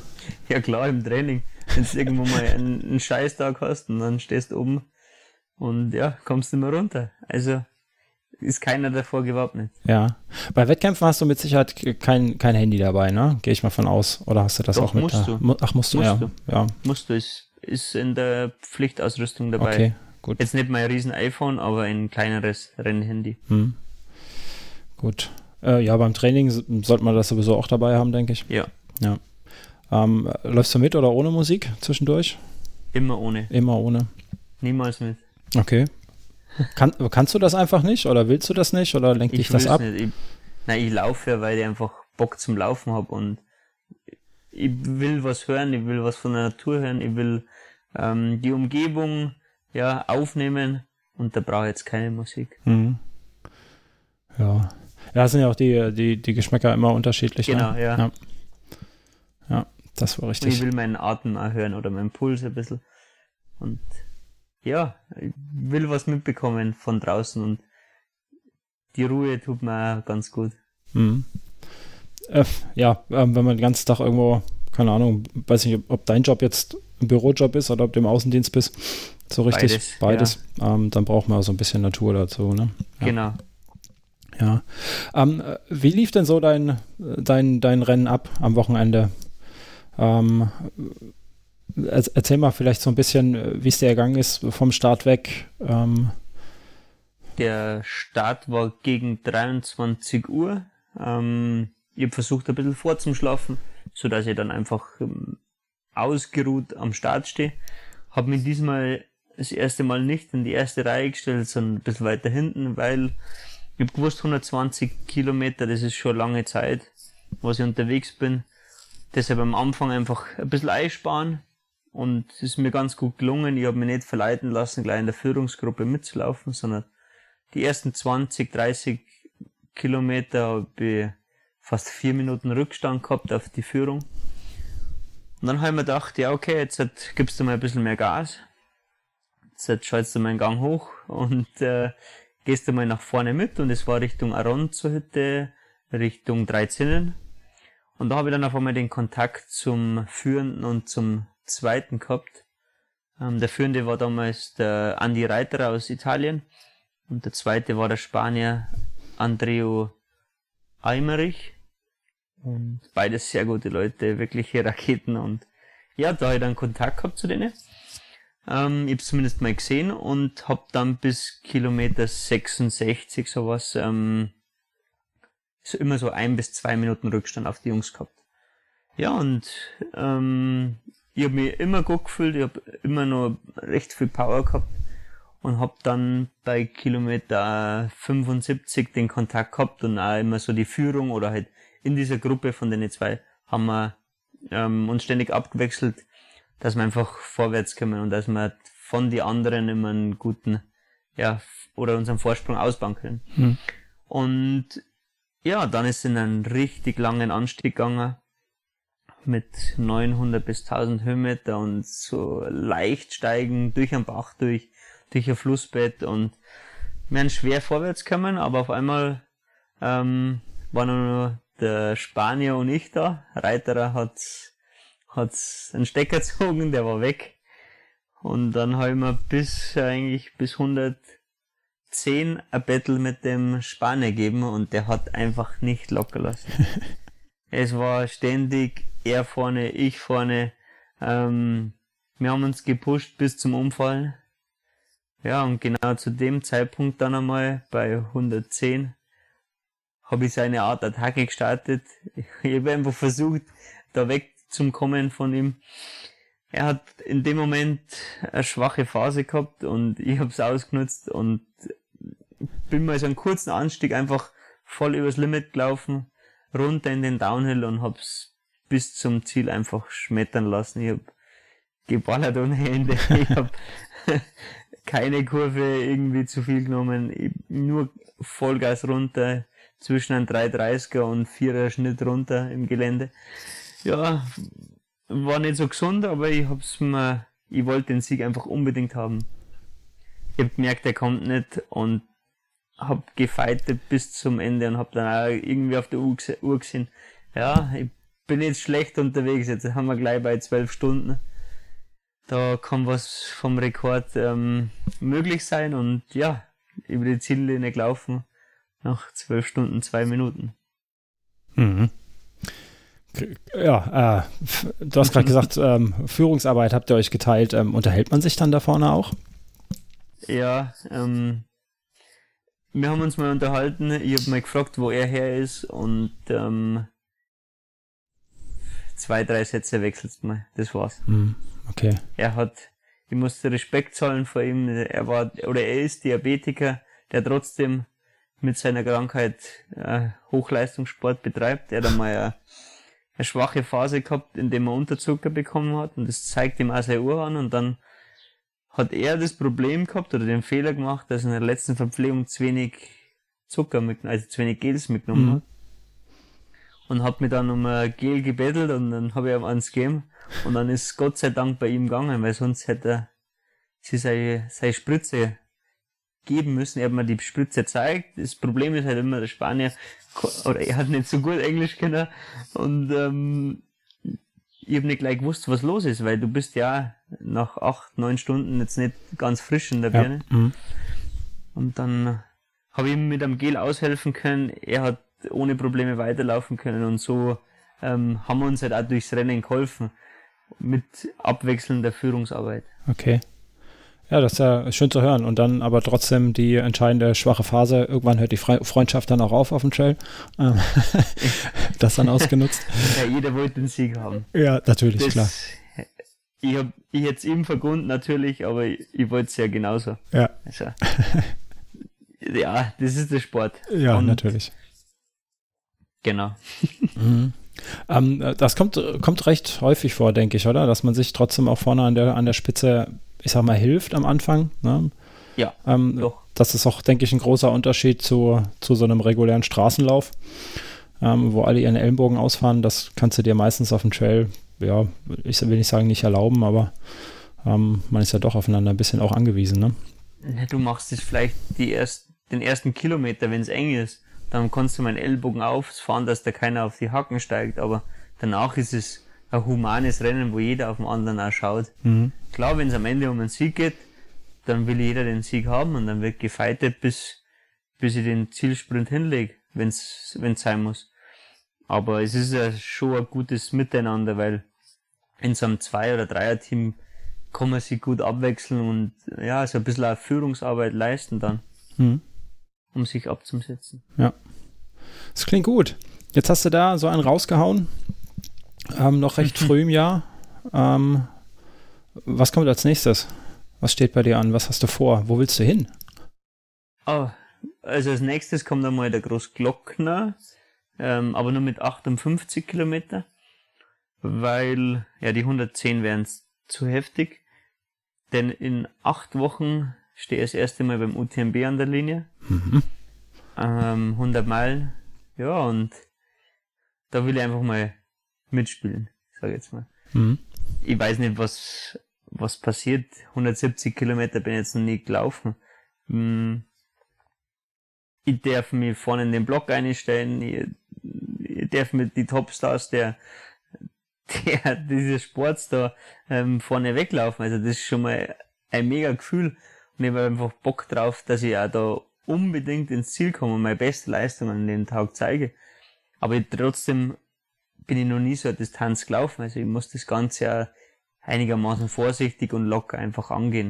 Ja klar, im Training. Wenn du irgendwo mal einen, einen Scheißtag hast und dann stehst du oben und ja, kommst du mehr runter. Also ist keiner davor gewappnet. Ja. Bei Wettkämpfen hast du mit Sicherheit kein, kein Handy dabei, ne? Gehe ich mal von aus. Oder hast du das Doch, auch mit? musst da? du. Mu- Ach, musst du, Musst ja. du. Ja, Musst du, ist, ist in der Pflichtausrüstung dabei. okay, gut. Jetzt nicht mein riesen iPhone, aber ein kleineres Rennhandy. Hm. Gut. Äh, ja, beim Training s- sollte man das sowieso auch dabei haben, denke ich. Ja, Ja. Ähm, läufst du mit oder ohne Musik zwischendurch? immer ohne. Immer ohne. Niemals mit. Okay. Kann, kannst du das einfach nicht oder willst du das nicht oder lenkt dich Ich das will's ab? nicht. Ich, nein, ich laufe ja, weil ich einfach Bock zum Laufen habe und ich will was hören, ich will was von der Natur hören, ich will ähm, die Umgebung ja aufnehmen und da brauche ich jetzt keine Musik. Mhm. Ja. Ja, sind ja auch die, die, die Geschmäcker immer unterschiedlich. Genau, ne? ja. ja. Ja, das war Und ich richtig. will meinen Atem auch hören oder meinen Puls ein bisschen. Und ja, ich will was mitbekommen von draußen und die Ruhe tut mir auch ganz gut. Mhm. Äh, ja, ähm, wenn man den ganzen Tag irgendwo, keine Ahnung, weiß nicht, ob dein Job jetzt ein Bürojob ist oder ob du im Außendienst bist, so richtig Beides, beides, ähm, dann braucht man so ein bisschen Natur dazu, ne? Ja. Genau. Ja. Ähm, äh, wie lief denn so dein, dein, dein Rennen ab am Wochenende? Ähm, er, erzähl mal vielleicht so ein bisschen, wie es dir ergangen ist vom Start weg. Ähm, Der Start war gegen dreiundzwanzig Uhr. Ähm, ich habe versucht, ein bisschen vorzuschlafen, sodass ich dann einfach ähm, ausgeruht am Start stehe. Habe mich diesmal das erste Mal nicht in die erste Reihe gestellt, sondern ein bisschen weiter hinten, weil ich habe gewusst, hundertzwanzig Kilometer, das ist schon lange Zeit, was ich unterwegs bin. Deshalb am Anfang einfach ein bisschen einsparen und es ist mir ganz gut gelungen. Ich habe mich nicht verleiten lassen, gleich in der Führungsgruppe mitzulaufen, sondern die ersten zwanzig, dreißig Kilometer habe ich fast vier Minuten Rückstand gehabt auf die Führung. Und dann habe ich mir gedacht, ja okay, jetzt halt gibst du mal ein bisschen mehr Gas. jetzt schaltest du meinen Gang hoch und äh, gehst du mal nach vorne mit, und es war Richtung Aron zur Hütte, Richtung Dreizinnen. Und da habe ich dann auf einmal den Kontakt zum Führenden und zum Zweiten gehabt. Ähm, der Führende war damals der Andi Reiter aus Italien und der Zweite war der Spanier Andreu Eimerich. Und beides sehr gute Leute, wirkliche Raketen. Und ja, da habe ich dann Kontakt gehabt zu denen. Ähm, ich habe es zumindest mal gesehen und habe dann bis Kilometer sechsundsechzig sowas ähm, so immer so ein bis zwei Minuten Rückstand auf die Jungs gehabt. Ja, und ähm, ich habe mich immer gut gefühlt, ich habe immer noch recht viel Power gehabt und habe dann bei Kilometer fünfundsiebzig den Kontakt gehabt und auch immer so die Führung oder halt in dieser Gruppe von den zwei haben wir ähm, uns ständig abgewechselt, dass wir einfach vorwärts kommen und dass wir von den anderen immer einen guten, ja, oder unseren Vorsprung ausbauen können. Hm. Und ja, dann ist es in einen richtig langen Anstieg gegangen mit neunhundert bis tausend Höhenmeter und so leicht steigen durch einen Bach durch, durch ein Flussbett, und wir sind schwer vorwärts gekommen, aber auf einmal ähm, war nur der Spanier und ich da. Reiterer hat hat einen Stecker gezogen, der war weg, und dann habe ich mir bis eigentlich bis hundertzehn ein Battle mit dem Spanier gegeben, und der hat einfach nicht locker lassen. Es war ständig er vorne, ich vorne. Ähm, wir haben uns gepusht bis zum Umfallen. Ja, und genau zu dem Zeitpunkt dann einmal bei hundertzehn habe ich seine Art Attacke gestartet. Ich habe einfach versucht, da wegzukommen von ihm. Er hat in dem Moment eine schwache Phase gehabt und ich habe es ausgenutzt und bin mal so einen kurzen Anstieg einfach voll übers Limit gelaufen, runter in den Downhill und hab's bis zum Ziel einfach schmettern lassen. Ich hab geballert ohne Ende. Ich hab keine Kurve irgendwie zu viel genommen. Ich nur Vollgas runter, zwischen einem drei dreißiger und vierer Schnitt runter im Gelände. Ja, war nicht so gesund, aber ich hab's mir, ich wollte den Sieg einfach unbedingt haben. Ich hab gemerkt, er kommt nicht, und hab gefightet bis zum Ende und hab dann auch irgendwie auf der Uhr gesehen, ja, ich bin jetzt schlecht unterwegs, jetzt haben wir gleich bei zwölf Stunden. Da kann was vom Rekord ähm, möglich sein, und ja, über die Ziellinie gelaufen, nach zwölf Stunden, zwei Minuten. Mhm. Ja, äh, du hast gerade gesagt, ähm, Führungsarbeit habt ihr euch geteilt. Ähm, unterhält man sich dann da vorne auch? Ja, ähm, wir haben uns mal unterhalten. Ich habe mal gefragt, wo er her ist, und ähm, zwei, drei Sätze wechselst mal. Das war's. Mhm. Okay. Er hat, ich musste Respekt zollen vor ihm. Er war, oder er ist Diabetiker, der trotzdem mit seiner Krankheit äh, Hochleistungssport betreibt. Er hat einmal eine, eine schwache Phase gehabt, in der er Unterzucker bekommen hat, und das zeigt ihm auch seine Uhr an, und dann hat er das Problem gehabt oder den Fehler gemacht, dass er in der letzten Verpflegung zu wenig Zucker mitgenommen, also zu wenig Gels mitgenommen mhm. hat. Und hat mich dann um ein Gel gebettelt, und dann habe ich ihm eins gegeben, und dann ist Gott sei Dank bei ihm gegangen, weil sonst hätte er sie seine, seine Spritze geben müssen. Er hat mir die Spritze gezeigt. Das Problem ist halt immer, der Spanier, oder er hat nicht so gut Englisch können, und ähm, ich habe nicht gleich gewusst, was los ist, weil du bist ja nach acht, neun Stunden jetzt nicht ganz frisch in der Birne. Ja. Mhm. Und dann habe ich ihm mit einem Gel aushelfen können. Er hat ohne Probleme weiterlaufen können, und so ähm, haben wir uns halt auch durchs Rennen geholfen mit abwechselnder Führungsarbeit. Okay. Ja, das ist ja schön zu hören. Und dann aber trotzdem die entscheidende schwache Phase. Irgendwann hört die Fre- Freundschaft dann auch auf auf dem Trail. Ähm, das dann ausgenutzt. Ja, jeder wollte den Sieg haben. Ja, natürlich, das, klar. Ich hab, ich hätte es ihm vergund, natürlich, aber ich, ich wollte es ja genauso. Ja. Also, ja, das ist der Sport. Ja, und natürlich. Genau. Mhm. Ähm, das kommt, kommt recht häufig vor, denke ich, oder? Dass man sich trotzdem auch vorne an der, an der Spitze, ich sag mal, hilft am Anfang. Ne? Ja, ähm, doch. Das ist auch, denke ich, ein großer Unterschied zu, zu so einem regulären Straßenlauf, ähm, wo alle ihren Ellenbogen ausfahren. Das kannst du dir meistens auf dem Trail, ja, ich will nicht sagen, nicht erlauben, aber ähm, man ist ja doch aufeinander ein bisschen auch angewiesen, ne? Ja, du machst es vielleicht die erst, den ersten Kilometer, wenn es eng ist, dann kannst du meinen Ellbogen auffahren, dass da keiner auf die Hacken steigt, aber danach ist es ein humanes Rennen, wo jeder auf den anderen auch schaut. Mhm. Klar, wenn es am Ende um einen Sieg geht, dann will jeder den Sieg haben und dann wird gefightet, bis, bis ich den Zielsprint hinlege, wenn es sein muss. Aber es ist ja schon ein gutes Miteinander, weil in so einem Zwei- oder Dreier-Team kann man sich gut abwechseln und ja, so ein bisschen auch Führungsarbeit leisten dann, mhm. um sich abzusetzen. Ja, das klingt gut. Jetzt hast du da so einen rausgehauen, ähm, noch recht früh im Jahr. Ähm, was kommt als nächstes? Was steht bei dir an? Was hast du vor? Wo willst du hin? Oh, also als nächstes kommt einmal der Großglockner, ähm, aber nur mit achtundfünfzig Kilometer, weil ja die hundertzehn wären zu heftig, denn in acht Wochen stehe ich das erste Mal beim U T M B an der Linie, mhm. ähm, hundert Meilen, ja, und da will ich einfach mal mitspielen, sage ich jetzt mal. Mhm. Ich weiß nicht, was was passiert. hundertsiebzig Kilometer bin ich jetzt noch nie gelaufen. Ich darf mich vorne in den Block einstellen. Ich, ich darf mit die Topstars der, der dieses Sports da ähm, vorne weglaufen. Also das ist schon mal ein mega Gefühl. Und ich habe einfach Bock drauf, dass ich auch da unbedingt ins Ziel komme und meine beste Leistung an dem Tag zeige. Aber ich, trotzdem bin ich noch nie so eine Distanz gelaufen. Also ich muss das Ganze ja einigermaßen vorsichtig und locker einfach angehen.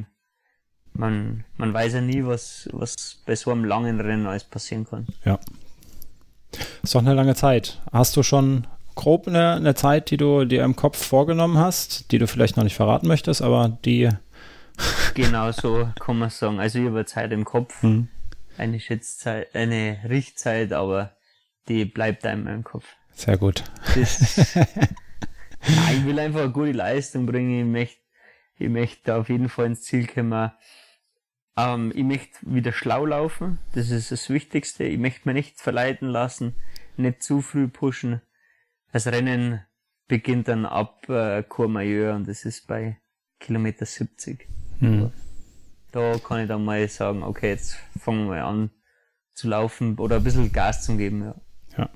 Man, man weiß ja nie, was, was bei so einem langen Rennen alles passieren kann. Ja. Ist doch eine lange Zeit. Hast du schon grob eine, eine Zeit, die du dir im Kopf vorgenommen hast, die du vielleicht noch nicht verraten möchtest, aber die... Genau so kann man sagen. Also ich habe Zeit im Kopf, hm. eine Schätzzeit, eine Richtzeit, aber die bleibt einem im Kopf. Sehr gut. Das, ja, ich will einfach eine gute Leistung bringen. Ich möchte, ich möchte auf jeden Fall ins Ziel kommen. Ähm, ich möchte wieder schlau laufen. Das ist das Wichtigste. Ich möchte mich nicht verleiten lassen, nicht zu früh pushen. Das Rennen beginnt dann ab äh, Courmayeur und das ist bei Kilometer siebzig. Mhm. Da kann ich dann mal sagen, okay, jetzt fangen wir an zu laufen oder ein bisschen Gas zu geben. Ja. Ja.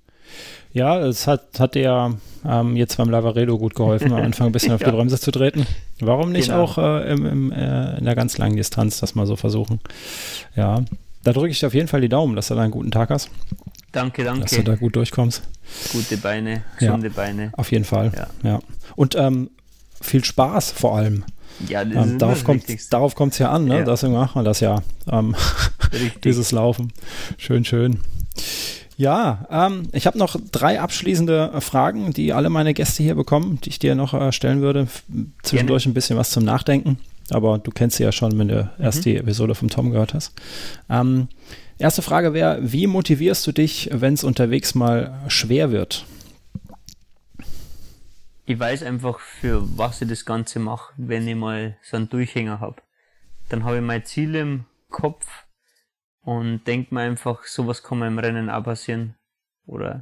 Ja, es hat, hat dir ja ähm, jetzt beim Lavaredo gut geholfen, am Anfang ein bisschen auf ja. die Bremse zu treten. Warum nicht genau. auch äh, im, im, äh, in der ganz langen Distanz das mal so versuchen? Ja, da drücke ich dir auf jeden Fall die Daumen, dass du da einen guten Tag hast. Danke, danke. Dass du da gut durchkommst. Gute Beine, gesunde ja, Beine. Auf jeden Fall, ja. ja. Und ähm, viel Spaß vor allem. Ja, das ähm, ist darauf kommt darauf kommt es ja an, ne? Ja. Deswegen machen wir das ja. Ähm, dieses Laufen. Schön, schön. Ja, ähm, ich habe noch drei abschließende Fragen, die alle meine Gäste hier bekommen, die ich dir noch äh, stellen würde. Zwischendurch Gerne. Ein bisschen was zum Nachdenken, aber du kennst sie ja schon, wenn du mhm. erst die Episode vom Tom gehört hast. Ähm, erste Frage wäre, wie motivierst du dich, wenn es unterwegs mal schwer wird? Ich weiß einfach, für was ich das Ganze mache, wenn ich mal so einen Durchhänger habe. Dann habe ich mein Ziel im Kopf und denke mir einfach, sowas kann mir im Rennen auch passieren. Oder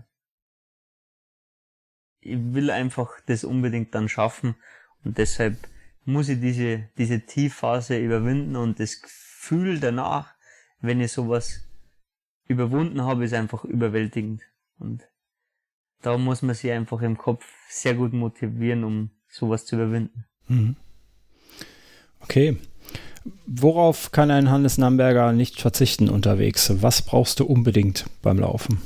ich will einfach das unbedingt dann schaffen und deshalb muss ich diese, diese Tiefphase überwinden und das Gefühl danach, wenn ich sowas überwunden habe, ist einfach überwältigend. Und da muss man sich einfach im Kopf sehr gut motivieren, um sowas zu überwinden. Mhm. Okay. Worauf kann ein Hannes Namberger nicht verzichten unterwegs? Was brauchst du unbedingt beim Laufen?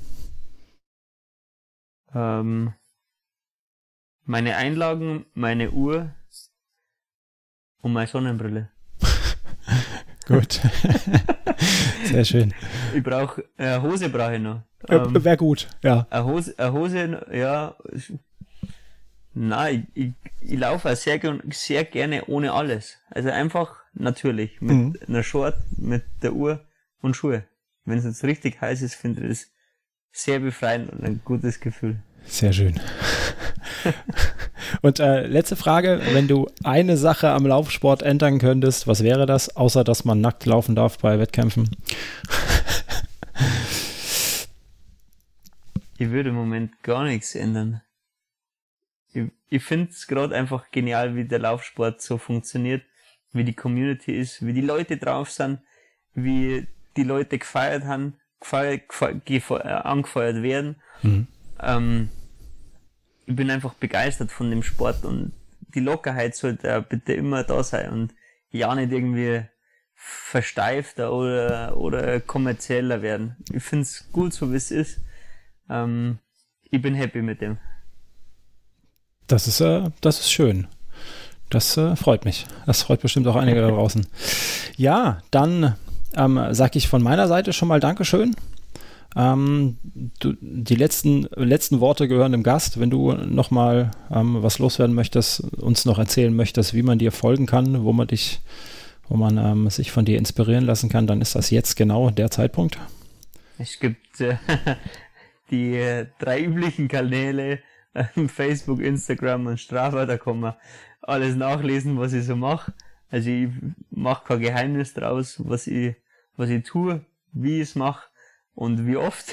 Ähm, meine Einlagen, meine Uhr und meine Sonnenbrille. Gut. Sehr schön. Ich brauche, eine Hose brauche ich noch. Ähm, Wäre gut, ja. Eine Hose, eine Hose, ja. Nein, ich, ich, ich laufe auch sehr, sehr gerne ohne alles. Also einfach natürlich mit mhm. einer Short, mit der Uhr und Schuhe. Wenn es jetzt richtig heiß ist, finde ich das sehr befreiend und ein gutes Gefühl. Sehr schön. Und äh, letzte Frage, wenn du eine Sache am Laufsport ändern könntest, was wäre das, außer dass man nackt laufen darf bei Wettkämpfen? Ich würde im Moment gar nichts ändern. Ich, ich finde es gerade einfach genial, wie der Laufsport so funktioniert, wie die Community ist, wie die Leute drauf sind, wie die Leute gefeiert haben, gefeiert, gefeiert, gefeiert, äh, angefeuert werden. Mhm. Ähm, ich bin einfach begeistert von dem Sport und die Lockerheit sollte auch bitte immer da sein und ja nicht irgendwie versteifter oder, oder kommerzieller werden. Ich finde es gut, so wie es ist. Ähm, ich bin happy mit dem. Das ist, äh, das ist schön. Das äh, freut mich. Das freut bestimmt auch einige da draußen. Ja, dann ähm, sage ich von meiner Seite schon mal Dankeschön. Ähm, du, die letzten, letzten Worte gehören dem Gast. Wenn du nochmal ähm, was loswerden möchtest, uns noch erzählen möchtest, wie man dir folgen kann, wo man dich, wo man ähm, sich von dir inspirieren lassen kann, dann ist das jetzt genau der Zeitpunkt. Es gibt äh, die äh, drei üblichen Kanäle, äh, Facebook, Instagram und Strava, da kann man alles nachlesen, was ich so mache. Also ich mache kein Geheimnis draus, was ich, was ich tue, wie ich es mache und wie oft.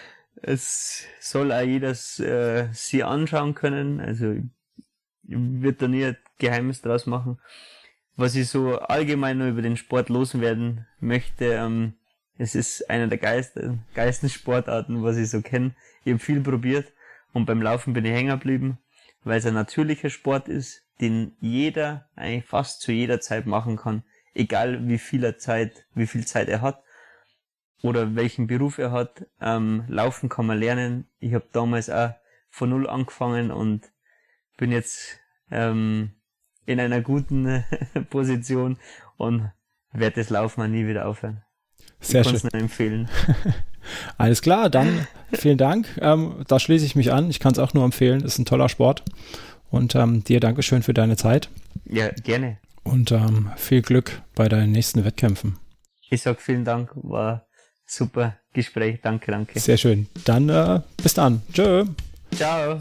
Es soll auch jeder äh, sie anschauen können. Also ich, ich würde da nie ein Geheimnis draus machen. Was ich so allgemein nur über den Sport loswerden möchte, ähm, es ist einer der geilsten, geilsten Sportarten, was ich so kenne. Ich habe viel probiert und beim Laufen bin ich hängen geblieben, weil es ein natürlicher Sport ist, den jeder eigentlich fast zu jeder Zeit machen kann, egal wie viel Zeit, wie viel Zeit er hat oder welchen Beruf er hat. Ähm, Laufen kann man lernen. Ich habe damals auch von null angefangen und bin jetzt ähm, in einer guten Position und werde das Laufen auch nie wieder aufhören. Sehr ich kann schön. es nur empfehlen. Alles klar, dann vielen Dank. Ähm, da schließe ich mich an. Ich kann es auch nur empfehlen. Ist ein toller Sport. Und ähm, dir Dankeschön für deine Zeit. Ja, gerne. Und ähm, viel Glück bei deinen nächsten Wettkämpfen. Ich sag vielen Dank. War super Gespräch. Danke, danke. Sehr schön. Dann äh, bis dann. Tschö. Ciao.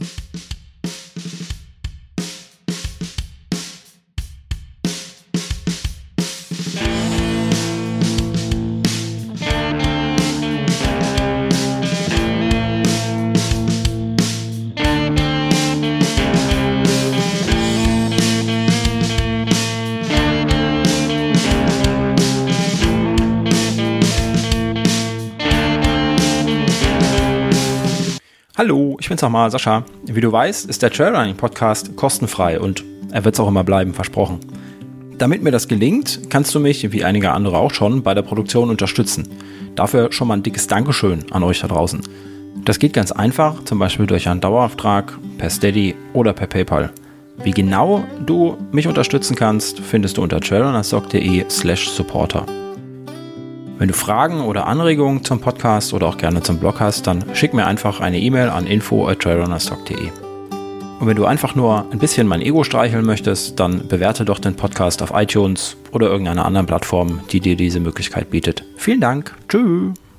Hallo, ich bin's nochmal, Sascha. Wie du weißt, ist der Trailrunning-Podcast kostenfrei und er wird's auch immer bleiben, versprochen. Damit mir das gelingt, kannst du mich, wie einige andere auch schon, bei der Produktion unterstützen. Dafür schon mal ein dickes Dankeschön an euch da draußen. Das geht ganz einfach, zum Beispiel durch einen Dauerauftrag, per Steady oder per PayPal. Wie genau du mich unterstützen kannst, findest du unter trailrunnerstock.de slash supporter. Wenn du Fragen oder Anregungen zum Podcast oder auch gerne zum Blog hast, dann schick mir einfach eine E-Mail an info at trailrunnerstock.de. Und wenn du einfach nur ein bisschen mein Ego streicheln möchtest, dann bewerte doch den Podcast auf iTunes oder irgendeiner anderen Plattform, die dir diese Möglichkeit bietet. Vielen Dank. Tschüss.